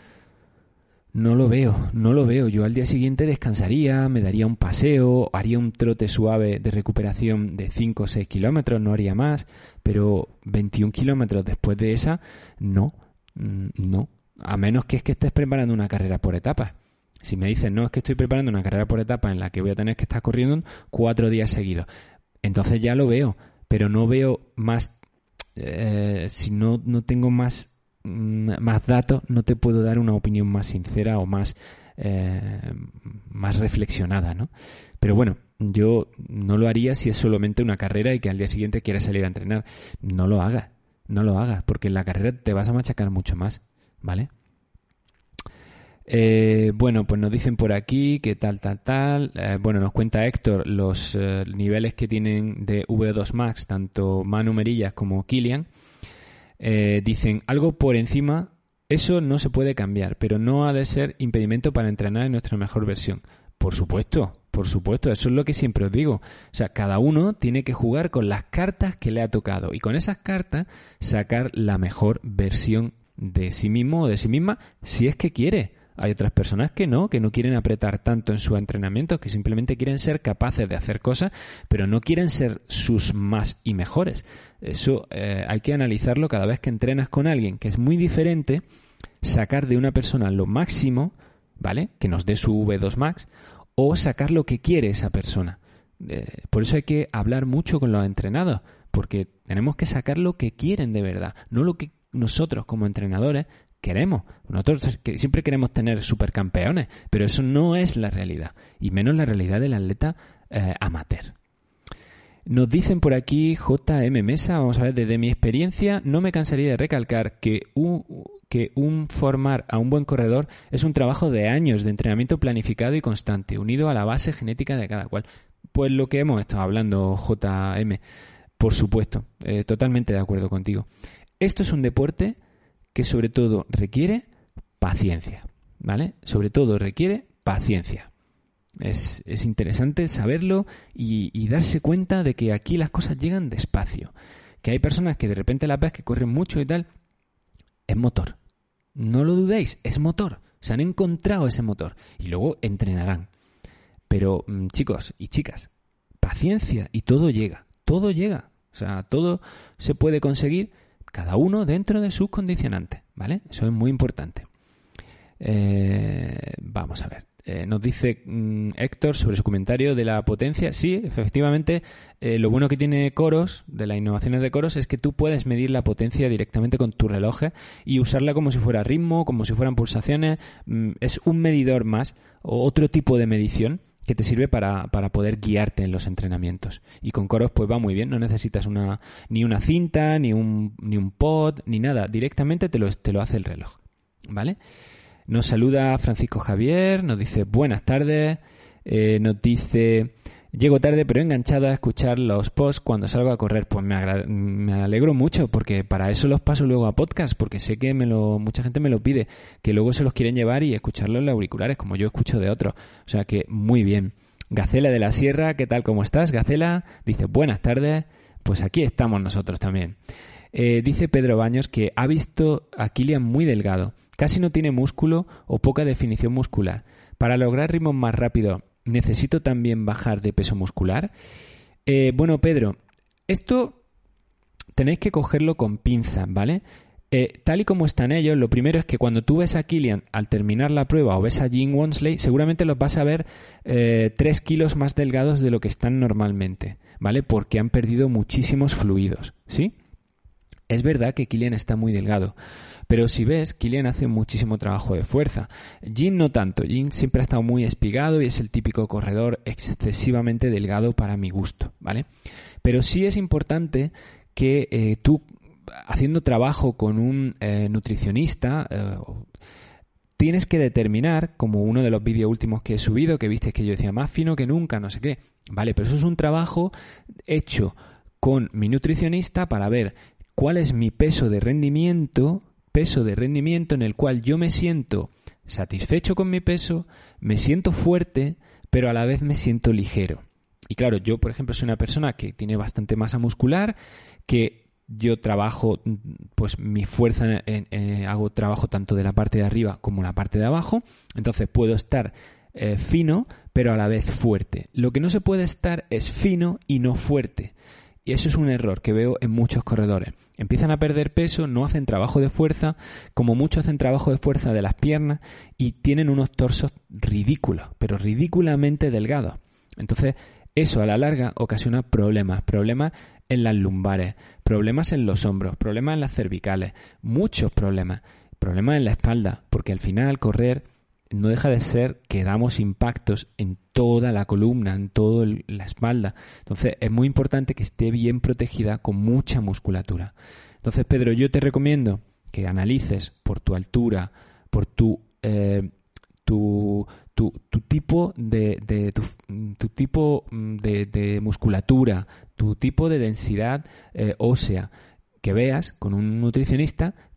[SPEAKER 1] No lo veo, no lo veo. Yo al día siguiente descansaría, me daría un paseo, haría un trote suave de recuperación de cinco o seis kilómetros, no haría más, pero veintiún kilómetros después de esa, no, no. A menos que es que estés preparando una carrera por etapas. Si me dices, no, es que estoy preparando una carrera por etapas en la que voy a tener que estar corriendo cuatro días seguidos, entonces ya lo veo, pero no veo más, eh, si no, no tengo más... más datos, no te puedo dar una opinión más sincera o más eh, más reflexionada, ¿no? Pero bueno, yo no lo haría si es solamente una carrera y que al día siguiente quieras salir a entrenar. No lo hagas, no lo hagas, porque en la carrera te vas a machacar mucho más, ¿vale? Eh, bueno, pues nos dicen por aquí que tal, tal, tal. Eh, bueno, nos cuenta Héctor los eh, niveles que tienen de V O dos Max, tanto Manu Merillas como Kilian. Eh, dicen algo por encima, eso no se puede cambiar, pero no ha de ser impedimento para entrenar en nuestra mejor versión. Por supuesto, por supuesto, eso es lo que siempre os digo. O sea, cada uno tiene que jugar con las cartas que le ha tocado y con esas cartas sacar la mejor versión de sí mismo o de sí misma si es que quiere. Hay otras personas que no, que no quieren apretar tanto en sus entrenamientos, que simplemente quieren ser capaces de hacer cosas, pero no quieren ser sus más y mejores. Eso eh, hay que analizarlo cada vez que entrenas con alguien, que es muy diferente sacar de una persona lo máximo, ¿vale? Que nos dé su V dos Max, o sacar lo que quiere esa persona. Eh, por eso hay que hablar mucho con los entrenados, porque tenemos que sacar lo que quieren de verdad, no lo que nosotros como entrenadores queremos. Nosotros siempre queremos tener supercampeones, pero eso no es la realidad, y menos la realidad del atleta eh, amateur. Nos dicen por aquí J M Mesa, vamos a ver, desde mi experiencia no me cansaría de recalcar que un, que un formar a un buen corredor es un trabajo de años de entrenamiento planificado y constante, unido a la base genética de cada cual. Pues lo que hemos estado hablando, J M, por supuesto, eh, totalmente de acuerdo contigo. Esto es un deporte que sobre todo requiere paciencia, ¿vale? Sobre todo requiere paciencia. Es, es interesante saberlo y, y darse cuenta de que aquí las cosas llegan despacio. Que hay personas que de repente las ves que corren mucho y tal. Es motor. No lo dudéis, es motor. Se han encontrado ese motor y luego entrenarán. Pero chicos y chicas, paciencia y todo llega. Todo llega. O sea, todo se puede conseguir cada uno dentro de sus condicionantes, ¿vale? Eso es muy importante. Eh, vamos a ver. Eh, nos dice mmm, Héctor sobre su comentario de la potencia. Sí, efectivamente, eh, lo bueno que tiene Coros, de las innovaciones de Coros, es que tú puedes medir la potencia directamente con tu reloj y usarla como si fuera ritmo, como si fueran pulsaciones. Mm, es un medidor más, o otro tipo de medición que te sirve para, para poder guiarte en los entrenamientos. Y con Coros pues va muy bien, no necesitas una ni una cinta, ni un, ni un pod, ni nada. Directamente te lo, te lo hace el reloj, ¿vale? Nos saluda Francisco Javier, nos dice buenas tardes, eh, nos dice llego tarde pero enganchado a escuchar los posts cuando salgo a correr. Pues me, agra- me alegro mucho porque para eso los paso luego a podcast, porque sé que me lo, mucha gente me lo pide, que luego se los quieren llevar y escucharlos en los auriculares como yo escucho de otros. O sea que muy bien. Gacela de la Sierra, ¿qué tal? ¿Cómo estás, Gacela? Dice buenas tardes, pues aquí estamos nosotros también. Eh, dice Pedro Baños que ha visto a Kilian muy delgado. Casi no tiene músculo o poca definición muscular. Para lograr ritmos más rápidos, ¿necesito también bajar de peso muscular? Eh, bueno, Pedro, esto tenéis que cogerlo con pinzas, ¿vale? Eh, tal y como están ellos, lo primero es que cuando tú ves a Kilian al terminar la prueba o ves a Jim Wonsley, seguramente los vas a ver eh, tres kilos más delgados de lo que están normalmente, ¿vale? Porque han perdido muchísimos fluidos, ¿sí? Es verdad que Kilian está muy delgado, pero si ves, Kilian hace muchísimo trabajo de fuerza. Jim no tanto, Jim siempre ha estado muy espigado y es el típico corredor excesivamente delgado para mi gusto, ¿vale? Pero sí es importante que eh, tú, haciendo trabajo con un eh, nutricionista, eh, tienes que determinar, como uno de los vídeos últimos que he subido, que viste que yo decía más fino que nunca, no sé qué, ¿vale? Pero eso es un trabajo hecho con mi nutricionista para ver cuál es mi peso de rendimiento, peso de rendimiento en el cual yo me siento satisfecho con mi peso, me siento fuerte, pero a la vez me siento ligero. Y claro, yo, por ejemplo, soy una persona que tiene bastante masa muscular, que yo trabajo, pues mi fuerza, en, en, hago trabajo tanto de la parte de arriba como la parte de abajo, entonces puedo estar eh, fino, pero a la vez fuerte. Lo que no se puede estar es fino y no fuerte. Y eso es un error que veo en muchos corredores. Empiezan a perder peso, no hacen trabajo de fuerza, como muchos hacen trabajo de fuerza de las piernas y tienen unos torsos ridículos, pero ridículamente delgados. Entonces, eso a la larga ocasiona problemas, problemas en las lumbares, problemas en los hombros, problemas en las cervicales, muchos problemas, problemas en la espalda, porque al final correr no deja de ser que damos impactos en toda la columna, en toda la espalda. Entonces es muy importante que esté bien protegida con mucha musculatura. Entonces, Pedro, yo te recomiendo que analices por tu altura, por tu eh, tu, tu, tu tipo de, de tu, tu tipo de, de musculatura, tu tipo de densidad eh, ósea, que veas con un nutricionista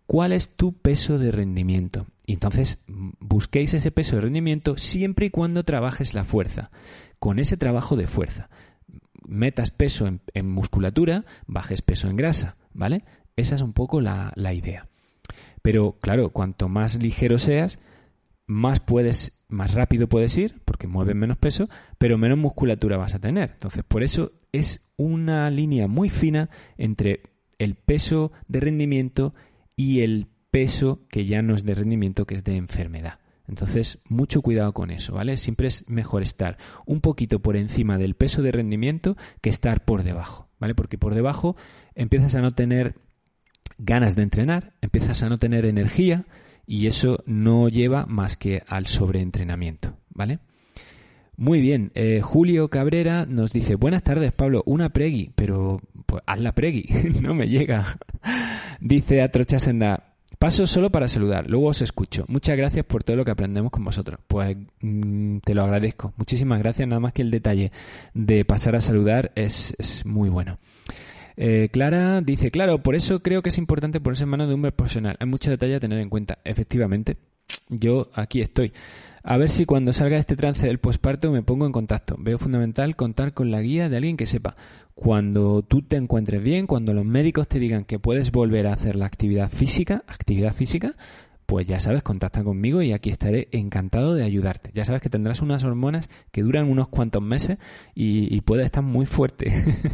[SPEAKER 1] ¿cuál es tu peso de rendimiento? Y entonces busquéis ese peso de rendimiento siempre y cuando trabajes la fuerza. Con ese trabajo de fuerza. Metas peso en, en musculatura, bajes peso en grasa, ¿vale? Esa es un poco la, la idea. Pero claro, cuanto más ligero seas, más puedes, más rápido puedes ir, porque mueves menos peso, pero menos musculatura vas a tener. Entonces, por eso es una línea muy fina entre el peso de rendimiento y el peso que ya no es de rendimiento, que es de enfermedad. Entonces, mucho cuidado con eso, ¿vale? Siempre es mejor estar un poquito por encima del peso de rendimiento que estar por debajo, ¿vale? Porque por debajo empiezas a no tener ganas de entrenar, empiezas a no tener energía y eso no lleva más que al sobreentrenamiento, ¿vale? Muy bien, eh, Julio Cabrera nos dice, buenas tardes Pablo, una pregui, pero pues haz la pregui, no me llega. Dice Atrocha Senda, paso solo para saludar, luego os escucho. Muchas gracias por todo lo que aprendemos con vosotros. Pues mmm, te lo agradezco. Muchísimas gracias, nada más que el detalle de pasar a saludar es, es muy bueno. Eh, Clara dice, claro, por eso creo que es importante ponerse en manos de un profesional. Hay mucho detalle a tener en cuenta. Efectivamente, yo aquí estoy. A ver si cuando salga este trance del posparto me pongo en contacto. Veo fundamental contar con la guía de alguien que sepa. Cuando tú te encuentres bien, cuando los médicos te digan que puedes volver a hacer la actividad física, actividad física, pues ya sabes, contacta conmigo y aquí estaré encantado de ayudarte. Ya sabes que tendrás unas hormonas que duran unos cuantos meses y, y puedes estar muy fuerte.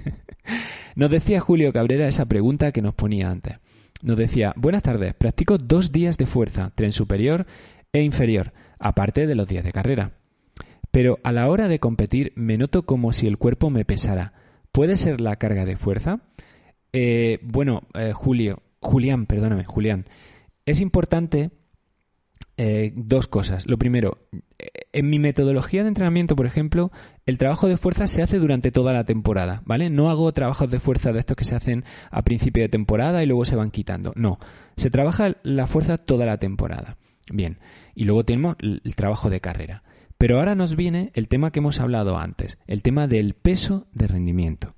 [SPEAKER 1] Nos decía Julio Cabrera esa pregunta que nos ponía antes. Nos decía, buenas tardes, practico dos días de fuerza, tren superior e inferior, aparte de los días de carrera. Pero a la hora de competir me noto como si el cuerpo me pesara. ¿Puede ser la carga de fuerza? Eh, bueno, eh, Julio, Julián, perdóname, Julián. Es importante eh, dos cosas. Lo primero, en mi metodología de entrenamiento, por ejemplo, el trabajo de fuerza se hace durante toda la temporada, ¿vale? No hago trabajos de fuerza de estos que se hacen a principio de temporada y luego se van quitando. No, se trabaja la fuerza toda la temporada. Bien, y luego tenemos el trabajo de carrera. Pero ahora nos viene el tema que hemos hablado antes, el tema del peso de rendimiento.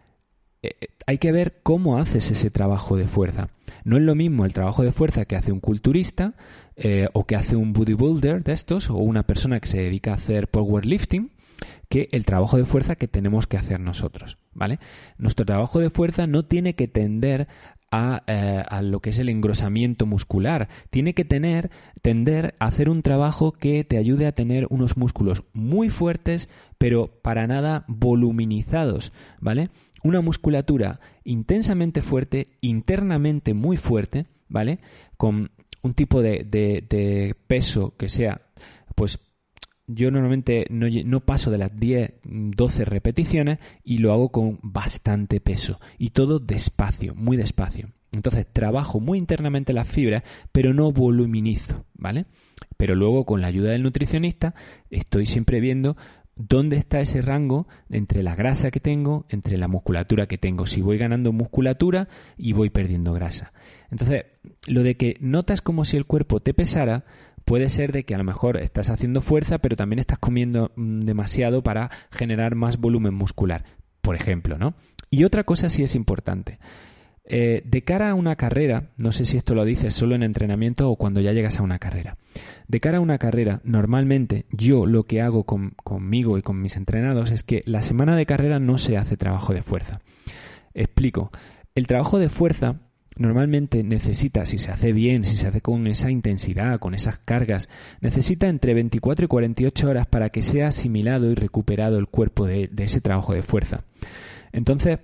[SPEAKER 1] Eh, hay que ver cómo haces ese trabajo de fuerza. No es lo mismo el trabajo de fuerza que hace un culturista eh, o que hace un bodybuilder de estos o una persona que se dedica a hacer powerlifting que el trabajo de fuerza que tenemos que hacer nosotros, ¿vale? Nuestro trabajo de fuerza no tiene que tender a, eh, a lo que es el engrosamiento muscular. Tiene que tener, tender a hacer un trabajo que te ayude a tener unos músculos muy fuertes, pero para nada voluminizados, ¿vale? Una musculatura intensamente fuerte, internamente muy fuerte, ¿vale? Con un tipo de, de, de peso que sea, pues yo normalmente no, no paso de las diez, doce repeticiones y lo hago con bastante peso y todo despacio, muy despacio. Entonces trabajo muy internamente las fibras, pero no voluminizo, ¿vale? Pero luego con la ayuda del nutricionista estoy siempre viendo dónde está ese rango entre la grasa que tengo, entre la musculatura que tengo. Si voy ganando musculatura y voy perdiendo grasa. Entonces, lo de que notas como si el cuerpo te pesara, puede ser de que a lo mejor estás haciendo fuerza, pero también estás comiendo mmm, demasiado para generar más volumen muscular, por ejemplo, ¿no? Y otra cosa sí es importante. Eh, de cara a una carrera, no sé si esto lo dices solo en entrenamiento o cuando ya llegas a una carrera. De cara a una carrera, normalmente yo lo que hago con, conmigo y con mis entrenados es que la semana de carrera no se hace trabajo de fuerza. Explico. El trabajo de fuerza normalmente necesita, si se hace bien, si se hace con esa intensidad, con esas cargas, necesita entre veinticuatro y cuarenta y ocho horas para que sea asimilado y recuperado el cuerpo de, de ese trabajo de fuerza. Entonces,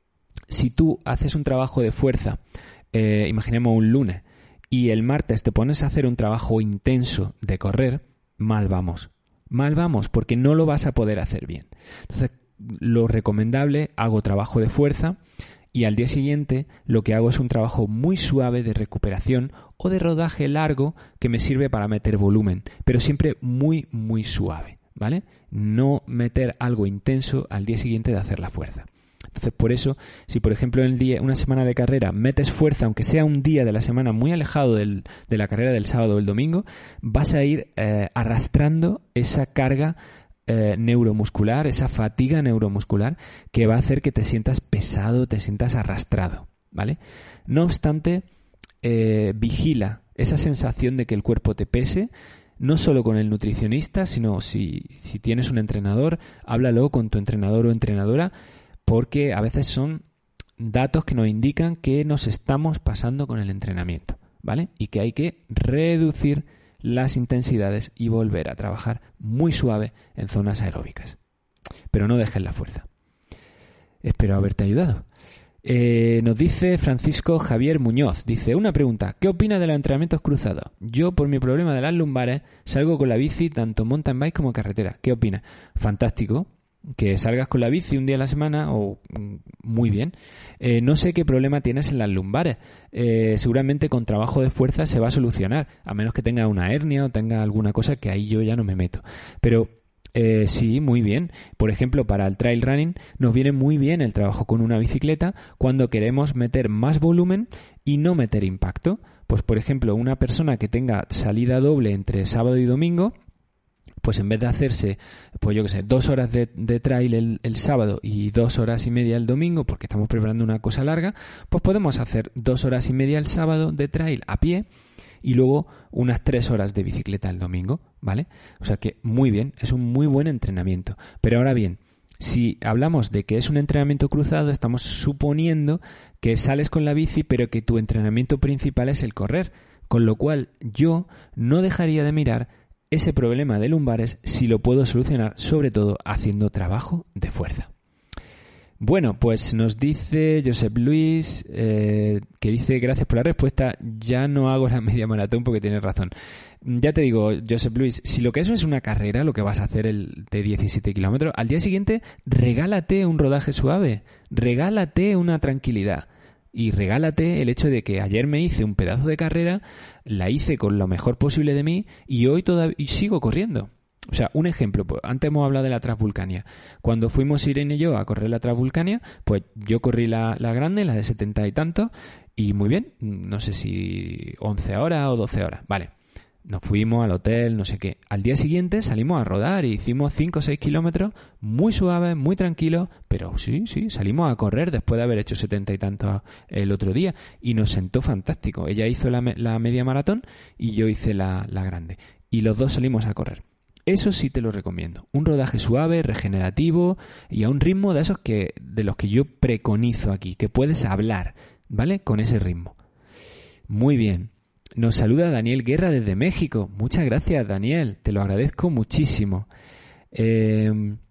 [SPEAKER 1] si tú haces un trabajo de fuerza, eh, imaginemos un lunes, y el martes te pones a hacer un trabajo intenso de correr, mal vamos. Mal vamos, porque no lo vas a poder hacer bien. Entonces, lo recomendable, hago trabajo de fuerza, y al día siguiente lo que hago es un trabajo muy suave de recuperación o de rodaje largo que me sirve para meter volumen, pero siempre muy, muy suave, ¿vale? No meter algo intenso al día siguiente de hacer la fuerza. Entonces, por eso, si por ejemplo en el día, una semana de carrera metes fuerza, aunque sea un día de la semana muy alejado del, de la carrera del sábado o el domingo, vas a ir eh, arrastrando esa carga Eh, neuromuscular, esa fatiga neuromuscular que va a hacer que te sientas pesado, te sientas arrastrado, ¿vale? No obstante, eh, vigila esa sensación de que el cuerpo te pese, no solo con el nutricionista, sino si, si tienes un entrenador, háblalo con tu entrenador o entrenadora, porque a veces son datos que nos indican que nos estamos pasando con el entrenamiento, ¿vale? Y que hay que reducir las intensidades y volver a trabajar muy suave en zonas aeróbicas. Pero no dejes la fuerza. Espero haberte ayudado. Eh, nos dice Francisco Javier Muñoz, dice, una pregunta, ¿qué opina de los entrenamientos cruzados? Yo, por mi problema de las lumbares, salgo con la bici tanto mountain bike como carretera. ¿Qué opina? Fantástico, que salgas con la bici un día a la semana, o muy bien. Eh, no sé qué problema tienes en las lumbares. Eh, seguramente con trabajo de fuerza se va a solucionar, a menos que tenga una hernia o tenga alguna cosa que ahí yo ya no me meto. Pero Eh, sí, muy bien. Por ejemplo, para el trail running nos viene muy bien el trabajo con una bicicleta cuando queremos meter más volumen y no meter impacto. Pues, por ejemplo, una persona que tenga salida doble entre sábado y domingo, pues en vez de hacerse, pues yo qué sé, dos horas de, de trail el, el sábado y dos horas y media el domingo, porque estamos preparando una cosa larga, pues podemos hacer dos horas y media el sábado de trail a pie y luego unas tres horas de bicicleta el domingo, ¿vale? O sea que muy bien, es un muy buen entrenamiento. Pero ahora bien, si hablamos de que es un entrenamiento cruzado, estamos suponiendo que sales con la bici, pero que tu entrenamiento principal es el correr, con lo cual yo no dejaría de mirar ese problema de lumbares si lo puedo solucionar, sobre todo haciendo trabajo de fuerza. Bueno, pues nos dice Josep Luis, eh, que dice, gracias por la respuesta, ya no hago la media maratón porque tienes razón. Ya te digo, Josep Luis, si lo que eso es una carrera, lo que vas a hacer el de diecisiete kilómetros, al día siguiente regálate un rodaje suave, regálate una tranquilidad y regálate el hecho de que ayer me hice un pedazo de carrera, la hice con lo mejor posible de mí y hoy todavía sigo corriendo. O sea, un ejemplo, pues antes hemos hablado de la Transvulcania. Cuando fuimos Irene y yo a correr la Transvulcania, pues yo corrí la, la grande, la de setenta y tantos, y muy bien, no sé si once horas o doce horas, vale. Nos fuimos al hotel, no sé qué. Al día siguiente salimos a rodar y hicimos cinco o seis kilómetros, muy suaves, muy tranquilos, pero sí, sí, salimos a correr después de haber hecho setenta y tantos el otro día y nos sentó fantástico. Ella hizo la, la media maratón y yo hice la, la grande y los dos salimos a correr. Eso sí te lo recomiendo. Un rodaje suave, regenerativo y a un ritmo de esos que de los que yo preconizo aquí, que puedes hablar, ¿vale? Con ese ritmo. Muy bien. Nos saluda Daniel Guerra desde México. Muchas gracias, Daniel. Te lo agradezco muchísimo. Eh,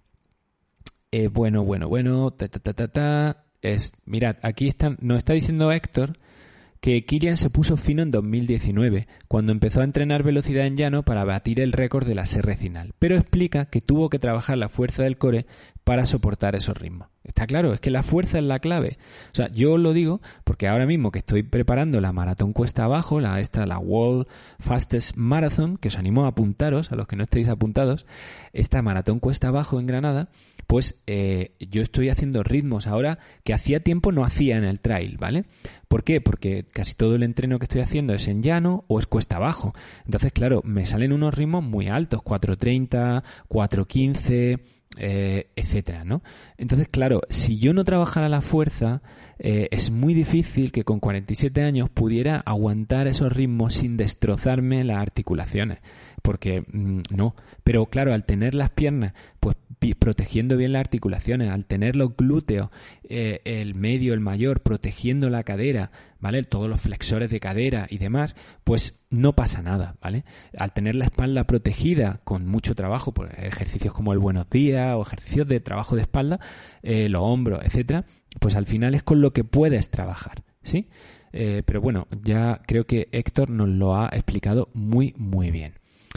[SPEAKER 1] eh, bueno, bueno, bueno. Ta, ta, ta, ta, ta. Es, mirad, aquí están, nos está diciendo Héctor que Kilian se puso fino en dos mil diecinueve, cuando empezó a entrenar velocidad en llano para batir el récord de la serie final, pero explica que tuvo que trabajar la fuerza del core para soportar esos ritmos. Está claro, es que la fuerza es la clave. O sea, yo os lo digo porque ahora mismo que estoy preparando la maratón cuesta abajo, la esta, la World Fastest Marathon, que os animo a apuntaros, a los que no estéis apuntados, esta maratón cuesta abajo en Granada, pues eh, yo estoy haciendo ritmos ahora que hacía tiempo no hacía en el trail, ¿vale? ¿Por qué? Porque casi todo el entreno que estoy haciendo es en llano o es cuesta abajo. Entonces, claro, me salen unos ritmos muy altos, cuatro treinta, cuatro quince, eh, etcétera, ¿no? Entonces, claro, si yo no trabajara la fuerza, eh, es muy difícil que con cuarenta y siete años pudiera aguantar esos ritmos sin destrozarme las articulaciones, porque mmm, no. Pero claro, al tener las piernas pues protegiendo bien las articulaciones, al tener los glúteos, eh, el medio, el mayor, protegiendo la cadera, ¿vale? Todos los flexores de cadera y demás, pues no pasa nada, ¿vale? Al tener la espalda protegida con mucho trabajo, por ejercicios como el buenos días o ejercicios de trabajo de espalda, eh, los hombros, etcétera, pues al final es con lo que puedes trabajar, ¿sí? Eh, pero bueno, ya creo que Héctor nos lo ha explicado muy, muy bien.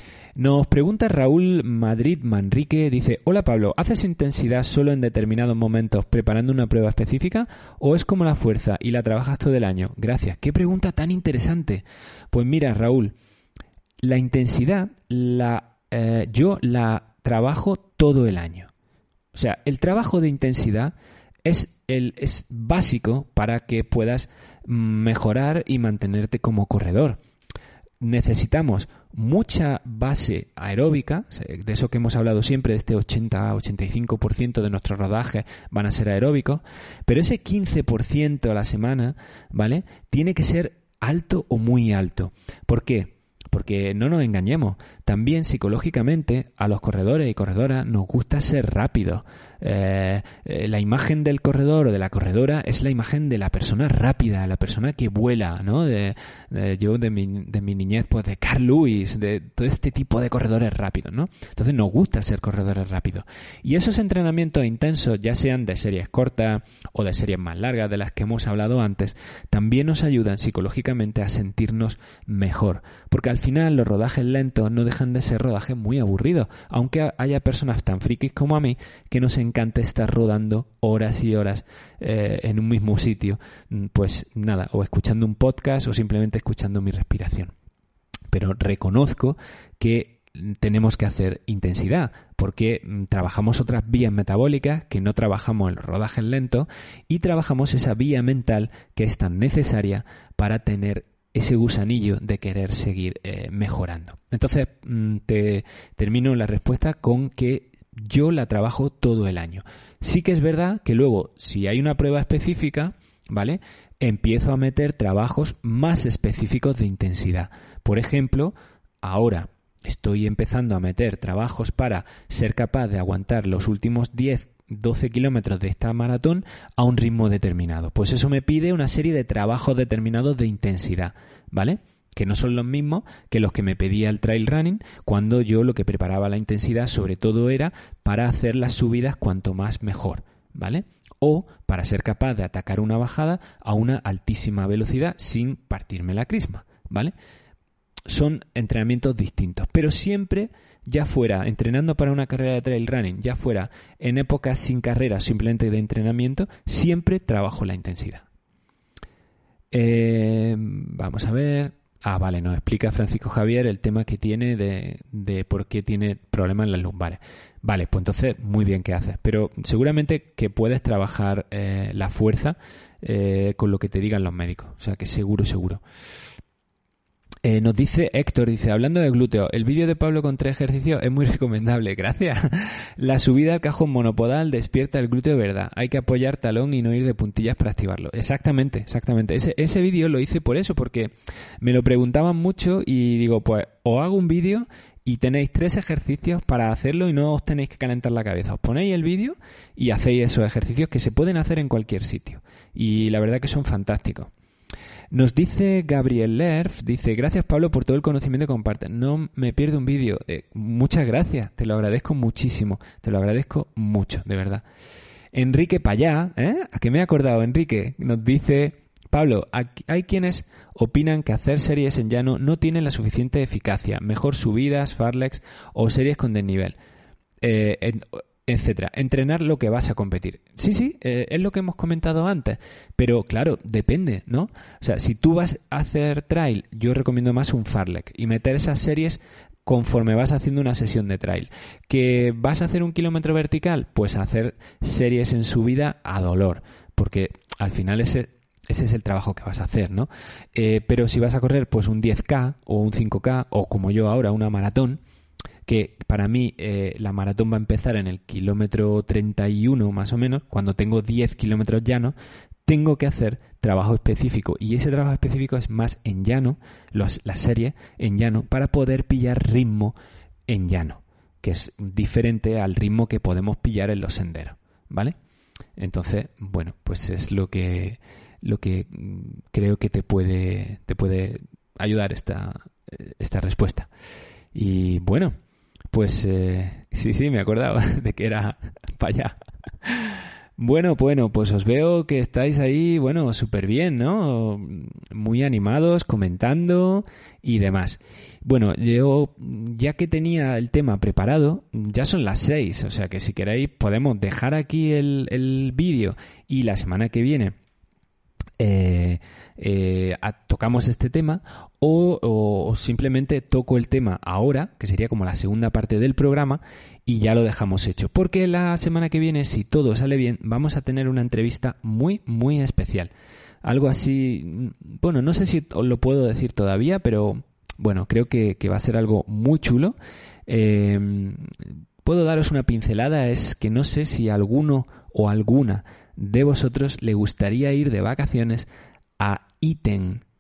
[SPEAKER 1] Nos pregunta Raúl Madrid Manrique, dice, hola Pablo, ¿haces intensidad solo en determinados momentos preparando una prueba específica o es como la fuerza y la trabajas todo el año? Gracias. ¡Qué pregunta tan interesante! Pues mira, Raúl, la intensidad la eh, yo la trabajo todo el año. O sea, el trabajo de intensidad es, el, es básico para que puedas mejorar y mantenerte como corredor. Necesitamos mucha base aeróbica, de eso que hemos hablado siempre, de este ochenta a ochenta y cinco por ciento de nuestros rodajes van a ser aeróbicos, pero ese quince por ciento a la semana, ¿vale? Tiene que ser alto o muy alto. ¿Por qué? Porque no nos engañemos, también psicológicamente a los corredores y corredoras nos gusta ser rápidos. Eh, eh, la imagen del corredor o de la corredora es la imagen de la persona rápida, la persona que vuela, ¿no? De, de, yo de mi, de mi niñez, pues de Carl Lewis, de todo este tipo de corredores rápidos, ¿no? Entonces nos gusta ser corredores rápidos. Y esos entrenamientos intensos, ya sean de series cortas o de series más largas de las que hemos hablado antes, también nos ayudan psicológicamente a sentirnos mejor. Porque al final los rodajes lentos no dejan de ser rodajes muy aburridos, aunque haya personas tan frikis como a mí que nos encanta estar rodando horas y horas eh, en un mismo sitio, pues nada, o escuchando un podcast o simplemente escuchando mi respiración. Pero reconozco que tenemos que hacer intensidad porque trabajamos otras vías metabólicas que no trabajamos en los rodajes lentos y trabajamos esa vía mental que es tan necesaria para tener ese gusanillo de querer seguir eh, mejorando. Entonces, te termino la respuesta con que yo la trabajo todo el año. Sí que es verdad que luego, si hay una prueba específica, ¿vale?, empiezo a meter trabajos más específicos de intensidad. Por ejemplo, ahora estoy empezando a meter trabajos para ser capaz de aguantar los últimos diez, doce kilómetros de esta maratón a un ritmo determinado. Pues eso me pide una serie de trabajos determinados de intensidad, ¿vale?, que no son los mismos que los que me pedía el trail running, cuando yo lo que preparaba la intensidad sobre todo era para hacer las subidas cuanto más mejor, ¿vale?, o para ser capaz de atacar una bajada a una altísima velocidad sin partirme la crisma, ¿vale? Son entrenamientos distintos, pero siempre, ya fuera entrenando para una carrera de trail running, ya fuera en épocas sin carrera, simplemente de entrenamiento, siempre trabajo la intensidad. Eh, vamos a ver. Ah, vale, nos explica Francisco Javier el tema que tiene de, de por qué tiene problemas en las lumbares. Vale, pues entonces muy bien que haces, pero seguramente que puedes trabajar eh, la fuerza eh, con lo que te digan los médicos, o sea que seguro, seguro. Eh, nos dice Héctor, dice, hablando de glúteo, el vídeo de Pablo con tres ejercicios es muy recomendable, gracias. La subida al cajón monopodal despierta el glúteo de verdad. Hay que apoyar talón y no ir de puntillas para activarlo. Exactamente, exactamente. Ese, ese vídeo lo hice por eso, porque me lo preguntaban mucho y digo, pues os hago un vídeo y tenéis tres ejercicios para hacerlo y no os tenéis que calentar la cabeza. Os ponéis el vídeo y hacéis esos ejercicios que se pueden hacer en cualquier sitio. Y la verdad que son fantásticos. Nos dice Gabriel Lerf, dice, gracias Pablo por todo el conocimiento que compartes. No me pierdo un vídeo. Eh, muchas gracias, te lo agradezco muchísimo, te lo agradezco mucho, de verdad. Enrique Payá, ¿eh? ¿A qué me he acordado, Enrique? Nos dice, Pablo, hay quienes opinan que hacer series en llano no tiene la suficiente eficacia. Mejor subidas, farlex o series con desnivel. Eh, en, etcétera. Entrenar lo que vas a competir. Sí, sí, eh, es lo que hemos comentado antes, pero claro, depende, ¿no? O sea, si tú vas a hacer trail, yo recomiendo más un farlek y meter esas series conforme vas haciendo una sesión de trail. ¿Que vas a hacer un kilómetro vertical? Pues hacer series en subida a dolor, porque al final ese, ese es el trabajo que vas a hacer, ¿no? Eh, pero si vas a correr pues un diez K o un cinco K o como yo ahora una maratón, que para mí eh, la maratón va a empezar en el kilómetro treinta y uno más o menos, cuando tengo diez kilómetros llanos, tengo que hacer trabajo específico y ese trabajo específico es más en llano, los, la serie en llano, para poder pillar ritmo en llano, que es diferente al ritmo que podemos pillar en los senderos, ¿vale? Entonces, bueno, pues es lo que lo que creo que te puede te puede ayudar esta, esta respuesta. Y bueno, pues eh, sí, sí, me acordaba de que era para allá. Bueno, bueno, pues os veo que estáis ahí, bueno, súper bien, ¿no? Muy animados, comentando y demás. Bueno, yo ya que tenía el tema preparado, ya son las seis, o sea que si queréis podemos dejar aquí el, el vídeo y la semana que viene Eh, eh, a, tocamos este tema o, o, o simplemente toco el tema ahora, que sería como la segunda parte del programa, y ya lo dejamos hecho, porque la semana que viene, si todo sale bien, vamos a tener una entrevista muy muy especial, algo así, bueno, no sé si os lo puedo decir todavía, pero bueno, creo que, que va a ser algo muy chulo. eh, puedo daros una pincelada, es que no sé si alguno o alguna de vosotros le gustaría ir de vacaciones a Iten,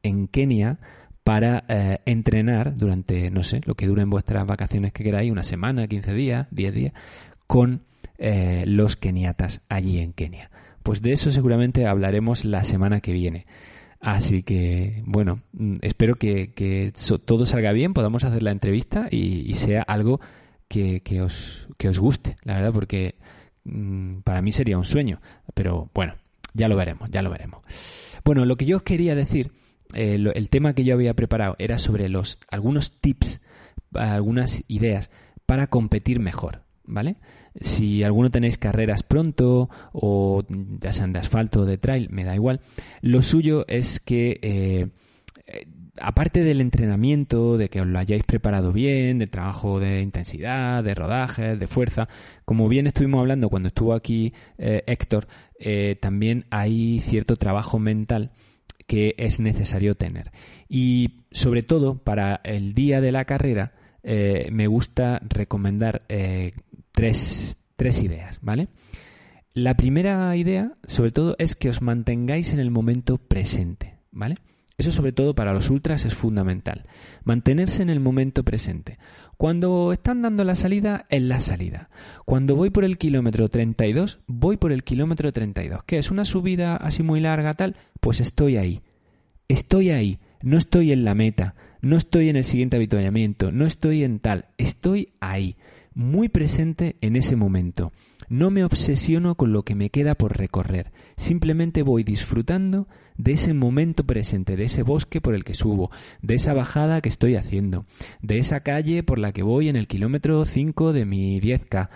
[SPEAKER 1] en Kenia para eh, entrenar durante, no sé, lo que duren vuestras vacaciones que queráis, una semana, quince días, diez días, con eh, los keniatas allí en Kenia. Pues de eso seguramente hablaremos la semana que viene. Así que, bueno, espero que, que todo salga bien, podamos hacer la entrevista y, y sea algo que, que, os, que os guste, la verdad, porque mmm, para mí sería un sueño. Pero bueno, ya lo veremos, ya lo veremos. Bueno, lo que yo os quería decir, eh, lo, el tema que yo había preparado era sobre los algunos tips, algunas ideas para competir mejor, ¿vale? Si alguno tenéis carreras pronto o ya sean de asfalto o de trail, me da igual. Lo suyo es que, eh, eh, aparte del entrenamiento, de que os lo hayáis preparado bien, del trabajo de intensidad, de rodajes, de fuerza, como bien estuvimos hablando cuando estuvo aquí eh, Héctor, eh, también hay cierto trabajo mental que es necesario tener. Y sobre todo para el día de la carrera, eh, me gusta recomendar eh, Tres, tres ideas, ¿vale? La primera idea, sobre todo, es que os mantengáis en el momento presente, ¿vale? Eso, sobre todo, para los ultras es fundamental. Mantenerse en el momento presente. Cuando están dando la salida, es la salida. Cuando voy por el kilómetro treinta y dos, voy por el kilómetro treinta y dos. ¿Qué es? ¿Una subida así muy larga, tal? Pues estoy ahí. Estoy ahí. No estoy en la meta. No estoy en el siguiente avituallamiento. No estoy en tal. Estoy ahí. Muy presente en ese momento. No me obsesiono con lo que me queda por recorrer. Simplemente voy disfrutando de ese momento presente, de ese bosque por el que subo, de esa bajada que estoy haciendo, de esa calle por la que voy en el kilómetro cinco de mi diez K.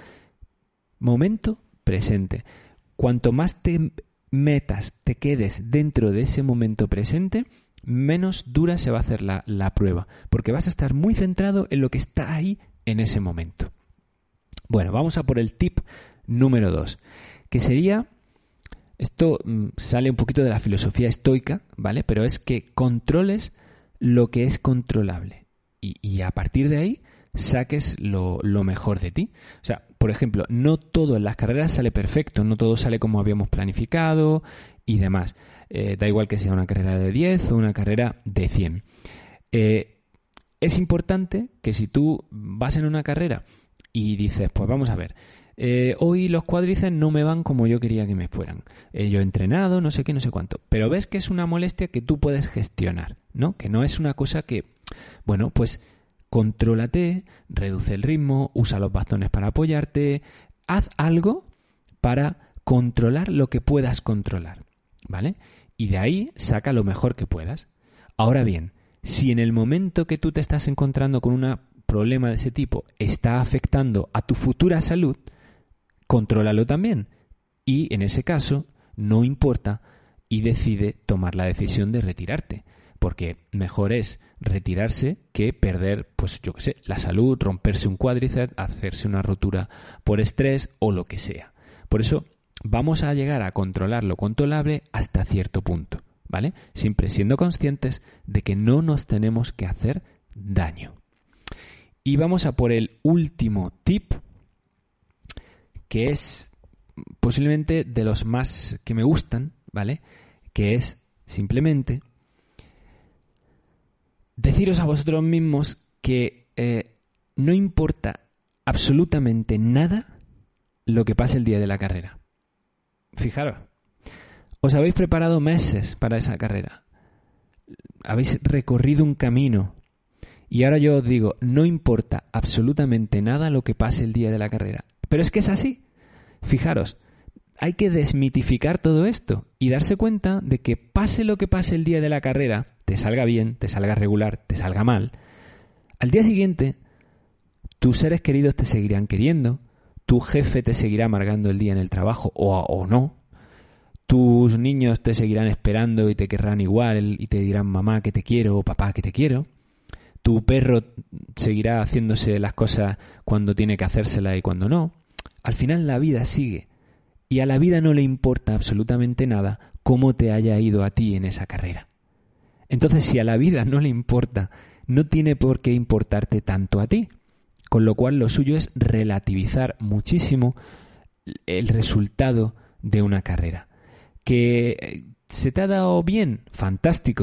[SPEAKER 1] Momento presente. Cuanto más te metas, te quedes dentro de ese momento presente, menos dura se va a hacer la, la prueba, porque vas a estar muy centrado en lo que está ahí en ese momento. Bueno, vamos a por el tip número dos, que sería, esto mmm, sale un poquito de la filosofía estoica, ¿vale? Pero es que controles lo que es controlable y, y a partir de ahí saques lo, lo mejor de ti. O sea, por ejemplo, no todo en las carreras sale perfecto, no todo sale como habíamos planificado y demás. Eh, da igual que sea una carrera de diez o una carrera de cien. Eh, es importante que si tú vas en una carrera y dices, pues vamos a ver, eh, hoy los cuádriceps no me van como yo quería que me fueran. Eh, yo he entrenado, no sé qué, no sé cuánto. Pero ves que es una molestia que tú puedes gestionar, ¿no? Que no es una cosa que, bueno, pues contrólate, reduce el ritmo, usa los bastones para apoyarte, haz algo para controlar lo que puedas controlar, ¿vale? Y de ahí saca lo mejor que puedas. Ahora bien, si en el momento que tú te estás encontrando con un problema de ese tipo está afectando a tu futura salud, contrólalo también. Y en ese caso, no importa y decide tomar la decisión de retirarte. Porque mejor es retirarse que perder, pues yo qué sé, la salud, romperse un cuádriceps, hacerse una rotura por estrés o lo que sea. Por eso vamos a llegar a controlar lo controlable hasta cierto punto, ¿vale? Siempre siendo conscientes de que no nos tenemos que hacer daño. Y vamos a por el último tip, que es posiblemente de los más que me gustan, ¿vale? Que es simplemente deciros a vosotros mismos que eh, no importa absolutamente nada lo que pase el día de la carrera. Fijaros, os habéis preparado meses para esa carrera, habéis recorrido un camino y ahora yo os digo, no importa absolutamente nada lo que pase el día de la carrera. Pero es que es así. Fijaros, hay que desmitificar todo esto y darse cuenta de que pase lo que pase el día de la carrera, te salga bien, te salga regular, te salga mal, al día siguiente tus seres queridos te seguirán queriendo, tu jefe te seguirá amargando el día en el trabajo o, o no, tus niños te seguirán esperando y te querrán igual y te dirán mamá que te quiero o papá que te quiero, tu perro seguirá haciéndose las cosas cuando tiene que hacérselas y cuando no. Al final la vida sigue y a la vida no le importa absolutamente nada cómo te haya ido a ti en esa carrera. Entonces, si a la vida no le importa, no tiene por qué importarte tanto a ti. Con lo cual, lo suyo es relativizar muchísimo el resultado de una carrera. ¿Que se te ha dado bien? Fantástico.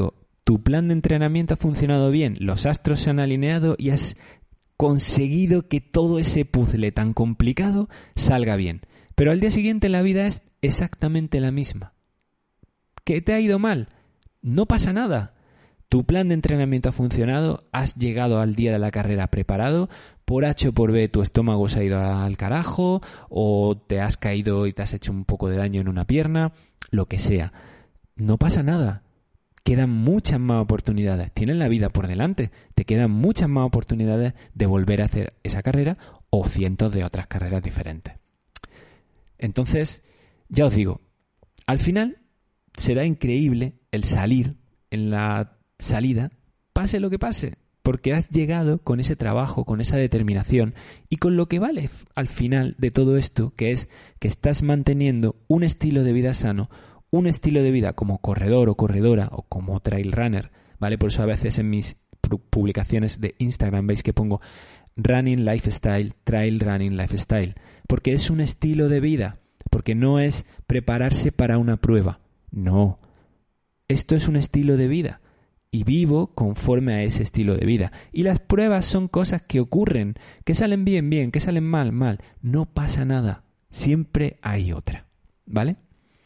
[SPEAKER 1] tu plan de entrenamiento ha funcionado bien, los astros se han alineado y has conseguido que todo ese puzzle tan complicado salga bien. Pero al día siguiente la vida es exactamente la misma. ¿Qué te ha ido mal? No pasa nada. Tu plan de entrenamiento ha funcionado, has llegado al día de la carrera preparado, por H o por B tu estómago se ha ido al carajo, o te has caído y te has hecho un poco de daño en una pierna, lo que sea. No pasa nada. Quedan muchas más oportunidades. Tienes la vida por delante. Te quedan muchas más oportunidades de volver a hacer esa carrera o cientos de otras carreras diferentes. Entonces, ya os digo, al final será increíble el salir en la salida, pase lo que pase, porque has llegado con ese trabajo, con esa determinación y con lo que vale al final de todo esto, que es que estás manteniendo un estilo de vida sano, un estilo de vida como corredor o corredora o como trail runner, ¿vale? Por eso a veces en mis publicaciones de Instagram veis que pongo Running Lifestyle, Trail Running Lifestyle, porque es un estilo de vida, porque no es prepararse para una prueba, no. Esto es un estilo de vida y vivo conforme a ese estilo de vida. Y las pruebas son cosas que ocurren, que salen bien, bien, que salen mal, mal. No pasa nada, siempre hay otra, ¿vale?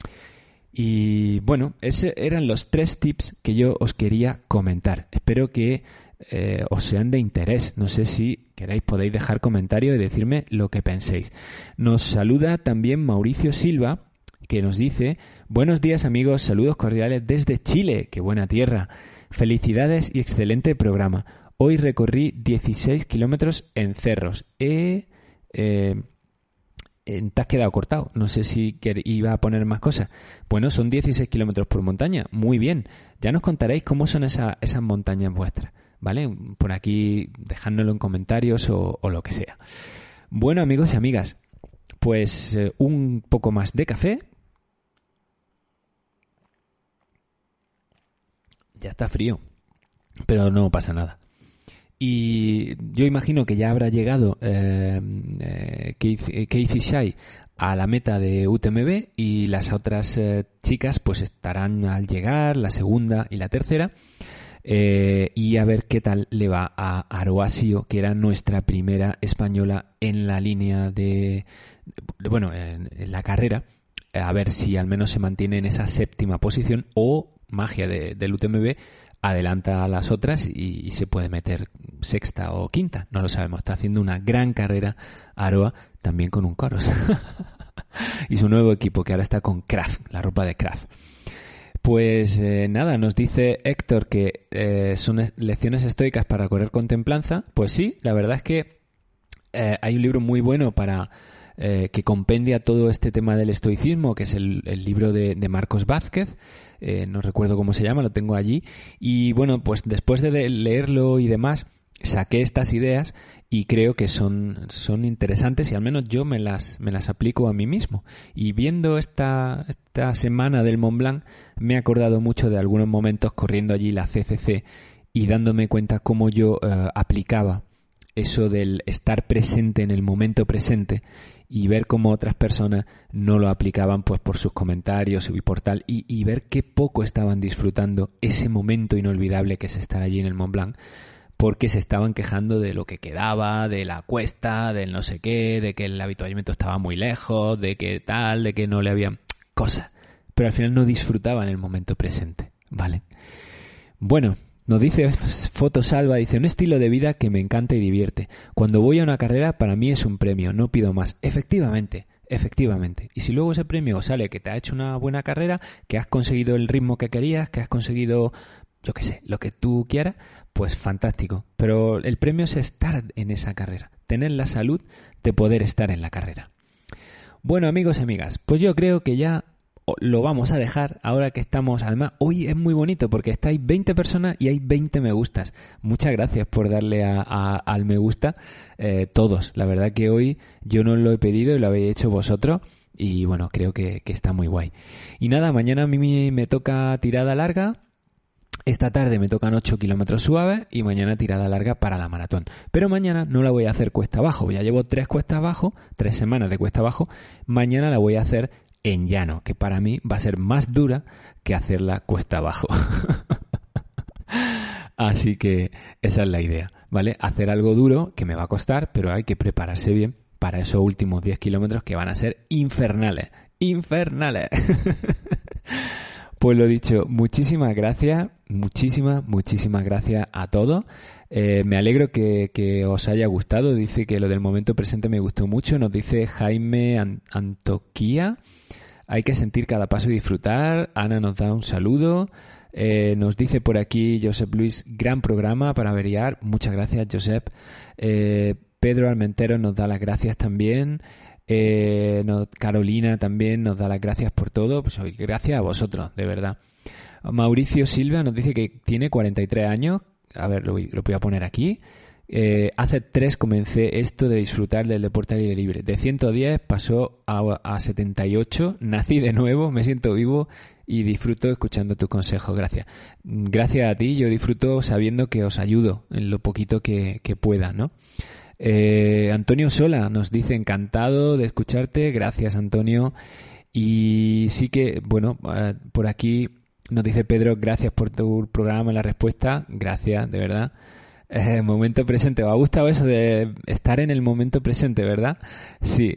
[SPEAKER 1] Y bueno, esos eran los tres tips que yo os quería comentar. Espero que eh, os sean de interés. No sé si queréis, podéis dejar comentarios y decirme lo que penséis. Nos saluda también Mauricio Silva, que nos dice: buenos días amigos, saludos cordiales desde Chile, qué buena tierra. Felicidades y excelente programa. Hoy recorrí dieciséis kilómetros en cerros. He... Eh, te has quedado cortado. No sé si iba a poner más cosas. Bueno, son dieciséis kilómetros por montaña. Muy bien. Ya nos contaréis cómo son esa, esas montañas vuestras, ¿vale? Por aquí dejádnoslo en comentarios o, o lo que sea. Bueno, amigos y amigas, pues eh, un poco más de café. Ya está frío, pero no pasa nada. Y yo imagino que ya habrá llegado eh, eh, Casey Shai a la meta de U T M B y las otras eh, chicas pues estarán al llegar, la segunda y la tercera, eh, y a ver qué tal le va a Aroa Sio, que era nuestra primera española en la línea de, de bueno, en, en la carrera, a ver si al menos se mantiene en esa séptima posición o magia de, del U T M B adelanta a las otras y, y se puede meter sexta o quinta, no lo sabemos. Está haciendo una gran carrera Aroa, también con un Coros. Y su nuevo equipo, que ahora está con Craft, la ropa de Craft. Pues eh, nada, nos dice Héctor que eh, son lecciones estoicas para correr con templanza. Pues sí, la verdad es que eh, hay un libro muy bueno para eh, que compendia todo este tema del estoicismo, que es el, el libro de, de Marcos Vázquez. Eh, no recuerdo cómo se llama, lo tengo allí. Y bueno, pues después de leerlo y demás, saqué estas ideas y creo que son, son interesantes y al menos yo me las, me las aplico a mí mismo. Y viendo esta, esta semana del Mont Blanc, me he acordado mucho de algunos momentos corriendo allí la C C C y dándome cuenta cómo yo eh, aplicaba eso del estar presente en el momento presente y ver cómo otras personas no lo aplicaban pues por sus comentarios y por tal, y, y ver qué poco estaban disfrutando ese momento inolvidable que es estar allí en el Mont Blanc, porque se estaban quejando de lo que quedaba, de la cuesta, del no sé qué, de que el avituallamiento estaba muy lejos, de que tal, de que no le había cosas, pero al final no disfrutaban el momento presente, ¿vale? Bueno, nos dice Fotosalva, dice: un estilo de vida que me encanta y divierte. Cuando voy a una carrera para mí es un premio, no pido más. Efectivamente, efectivamente. Y si luego ese premio sale que te ha hecho una buena carrera, que has conseguido el ritmo que querías, que has conseguido, yo qué sé, lo que tú quieras, pues fantástico. Pero el premio es estar en esa carrera, tener la salud de poder estar en la carrera. Bueno, amigos y amigas, pues yo creo que ya lo vamos a dejar ahora que estamos. Además, hoy es muy bonito porque estáis veinte personas y hay veinte me gustas. Muchas gracias por darle a, a, al me gusta eh, todos. La verdad que hoy yo no lo he pedido y lo habéis hecho vosotros. Y bueno, creo que, que está muy guay. Y nada, mañana a mí me toca tirada larga. Esta tarde me tocan ocho kilómetros suaves y mañana tirada larga para la maratón. Pero mañana no la voy a hacer cuesta abajo. Ya llevo tres cuestas abajo, tres semanas de cuesta abajo. Mañana la voy a hacer en llano, que para mí va a ser más dura que hacerla cuesta abajo. Así que esa es la idea, ¿vale? Hacer algo duro que me va a costar, pero hay que prepararse bien para esos últimos diez kilómetros que van a ser infernales. ¡Infernales! Pues lo dicho, muchísimas gracias, muchísimas, muchísimas gracias a todos. Eh, me alegro que, que os haya gustado. Dice que lo del momento presente me gustó mucho. Nos dice Jaime An- Antoquía. Hay que sentir cada paso y disfrutar. Ana nos da un saludo. Eh, nos dice por aquí Josep Luis, gran programa para variar. Muchas gracias, Josep. Eh, Pedro Armentero nos da las gracias también. Eh, no, Carolina también nos da las gracias por todo. Pues gracias a vosotros, de verdad. Mauricio Silva nos dice que tiene cuarenta y tres años. A ver, lo, lo voy a poner aquí. Eh, hace tres comencé esto de disfrutar del deporte al aire libre. De ciento diez pasó a, a setenta y ocho. Nací de nuevo, me siento vivo y disfruto escuchando tus consejos. Gracias. Gracias a ti, yo disfruto sabiendo que os ayudo en lo poquito que, que pueda, ¿no? Eh, Antonio Sola nos dice, encantado de escucharte. Gracias, Antonio. Y sí que, bueno, eh, por aquí nos dice Pedro, gracias por tu programa y la respuesta. Gracias, de verdad. Eh, momento presente. ¿Os ha gustado eso de estar en el momento presente, verdad? Sí.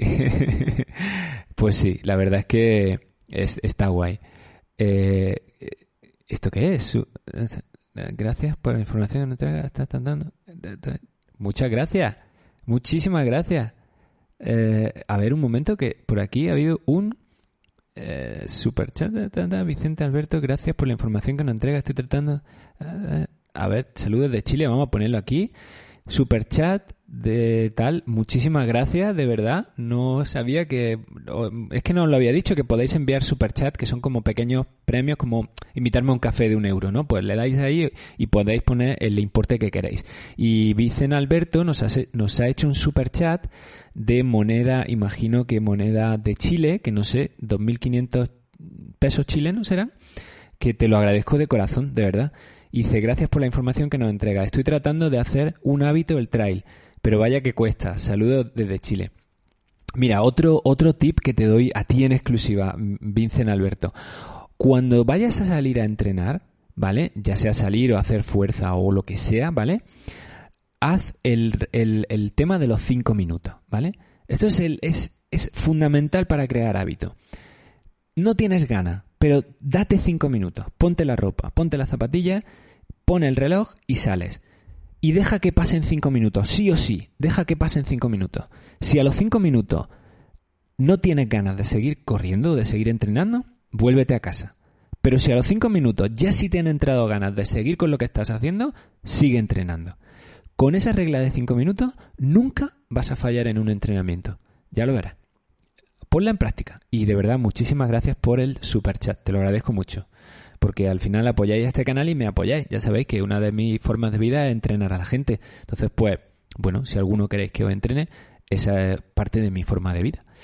[SPEAKER 1] Pues sí, la verdad es que es, está guay. Eh, ¿Esto qué es? Gracias por la información que nos estás dando. Muchas gracias. Muchísimas gracias. Eh, a ver, un momento, que por aquí ha habido un eh, superchat. Vicente Alberto, gracias por la información que nos entrega. Estoy tratando... Eh, a ver, saludos de Chile, vamos a ponerlo aquí. Superchat de tal, muchísimas gracias, de verdad. No sabía que... Es que no os lo había dicho, que podéis enviar superchat, que son como pequeños premios, como invitarme a un café de un euro, ¿no? Pues le dais ahí y podéis poner el importe que queréis. Y Vicente Alberto nos ha, nos ha hecho un superchat de moneda, imagino que moneda de Chile, que no sé, dos mil quinientos pesos chilenos serán, que te lo agradezco de corazón, de verdad. Y dice, gracias por la información que nos entrega. Estoy tratando de hacer un hábito el trail, pero vaya que cuesta. Saludos desde Chile. Mira, otro, otro tip que te doy a ti en exclusiva, Vincent Alberto. Cuando vayas a salir a entrenar, ¿vale? Ya sea salir o hacer fuerza o lo que sea, ¿vale? Haz el, el, el tema de los cinco minutos, ¿vale? Esto es, el, es, es fundamental para crear hábito. No tienes ganas, pero date cinco minutos. Ponte la ropa, ponte las zapatillas, pon el reloj y sales. Y deja que pasen cinco minutos, sí o sí, deja que pasen cinco minutos. Si a los cinco minutos no tienes ganas de seguir corriendo o de seguir entrenando, vuélvete a casa. Pero si a los cinco minutos ya sí te han entrado ganas de seguir con lo que estás haciendo, sigue entrenando. Con esa regla de cinco minutos, nunca vas a fallar en un entrenamiento. Ya lo verás. Ponla en práctica. Y de verdad, muchísimas gracias por el superchat. Te lo agradezco mucho. Porque al final apoyáis a este canal y me apoyáis. Ya sabéis que una de mis formas de vida es entrenar a la gente. Entonces, pues, bueno, si alguno queréis que os entrene, esa es parte de mi forma de vida.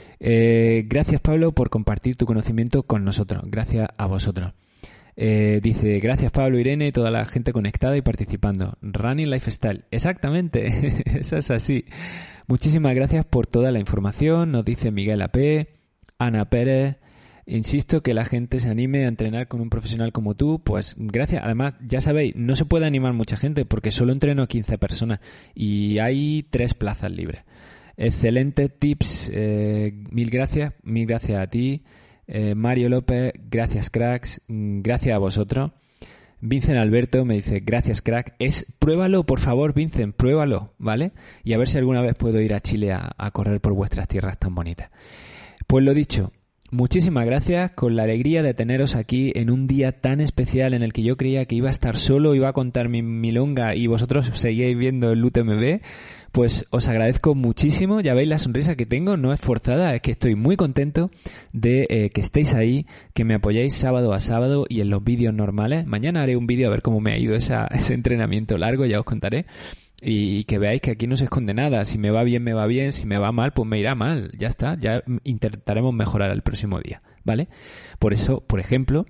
[SPEAKER 1] Eh, gracias, Pablo, por compartir tu conocimiento con nosotros. Gracias a vosotros. Eh, dice, gracias, Pablo, Irene y toda la gente conectada y participando. Running Lifestyle. Exactamente. Eso es así. Muchísimas gracias por toda la información. Nos dice Miguel A P, Ana Pérez. Insisto que la gente se anime a entrenar con un profesional como tú. Pues gracias. Además, ya sabéis, no se puede animar mucha gente porque solo entreno a quince personas y hay tres plazas libres. Excelentes tips. Eh, mil gracias. Mil gracias a ti. Eh, Mario López, gracias, cracks. Gracias a vosotros. Vincent Alberto me dice, gracias, crack. Es, pruébalo, por favor, Vincent, pruébalo, ¿vale? Y a ver si alguna vez puedo ir a Chile a, a correr por vuestras tierras tan bonitas. Pues lo dicho, muchísimas gracias, con la alegría de teneros aquí en un día tan especial en el que yo creía que iba a estar solo, iba a contar mi milonga y vosotros seguíais viendo el U T M B. Pues os agradezco muchísimo, ya veis la sonrisa que tengo, no es forzada, es que estoy muy contento de eh, que estéis ahí, que me apoyáis sábado a sábado y en los vídeos normales. Mañana haré un vídeo a ver cómo me ha ido esa, ese entrenamiento largo, ya os contaré. Y, y que veáis que aquí no se esconde nada, si me va bien me va bien, si me va mal pues me irá mal, ya está, ya intentaremos mejorar el próximo día, ¿vale? Por eso, por ejemplo,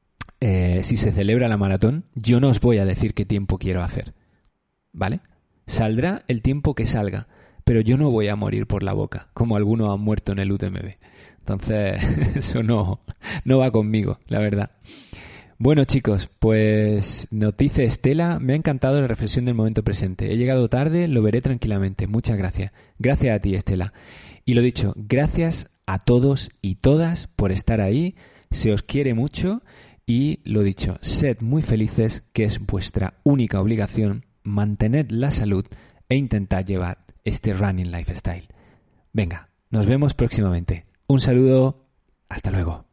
[SPEAKER 1] eh, si se celebra la maratón, yo no os voy a decir qué tiempo quiero hacer, ¿vale? Saldrá el tiempo que salga, pero yo no voy a morir por la boca, como algunos han muerto en el U T M B. Entonces, eso no, no va conmigo, la verdad. Bueno, chicos, pues nos dice Estela, me ha encantado la reflexión del momento presente. He llegado tarde, lo veré tranquilamente. Muchas gracias. Gracias a ti, Estela. Y lo dicho, gracias a todos y todas por estar ahí. Se os quiere mucho y lo dicho, sed muy felices, que es vuestra única obligación, mantened la salud e intentad llevar este running lifestyle. Venga, nos vemos próximamente. Un saludo, hasta luego.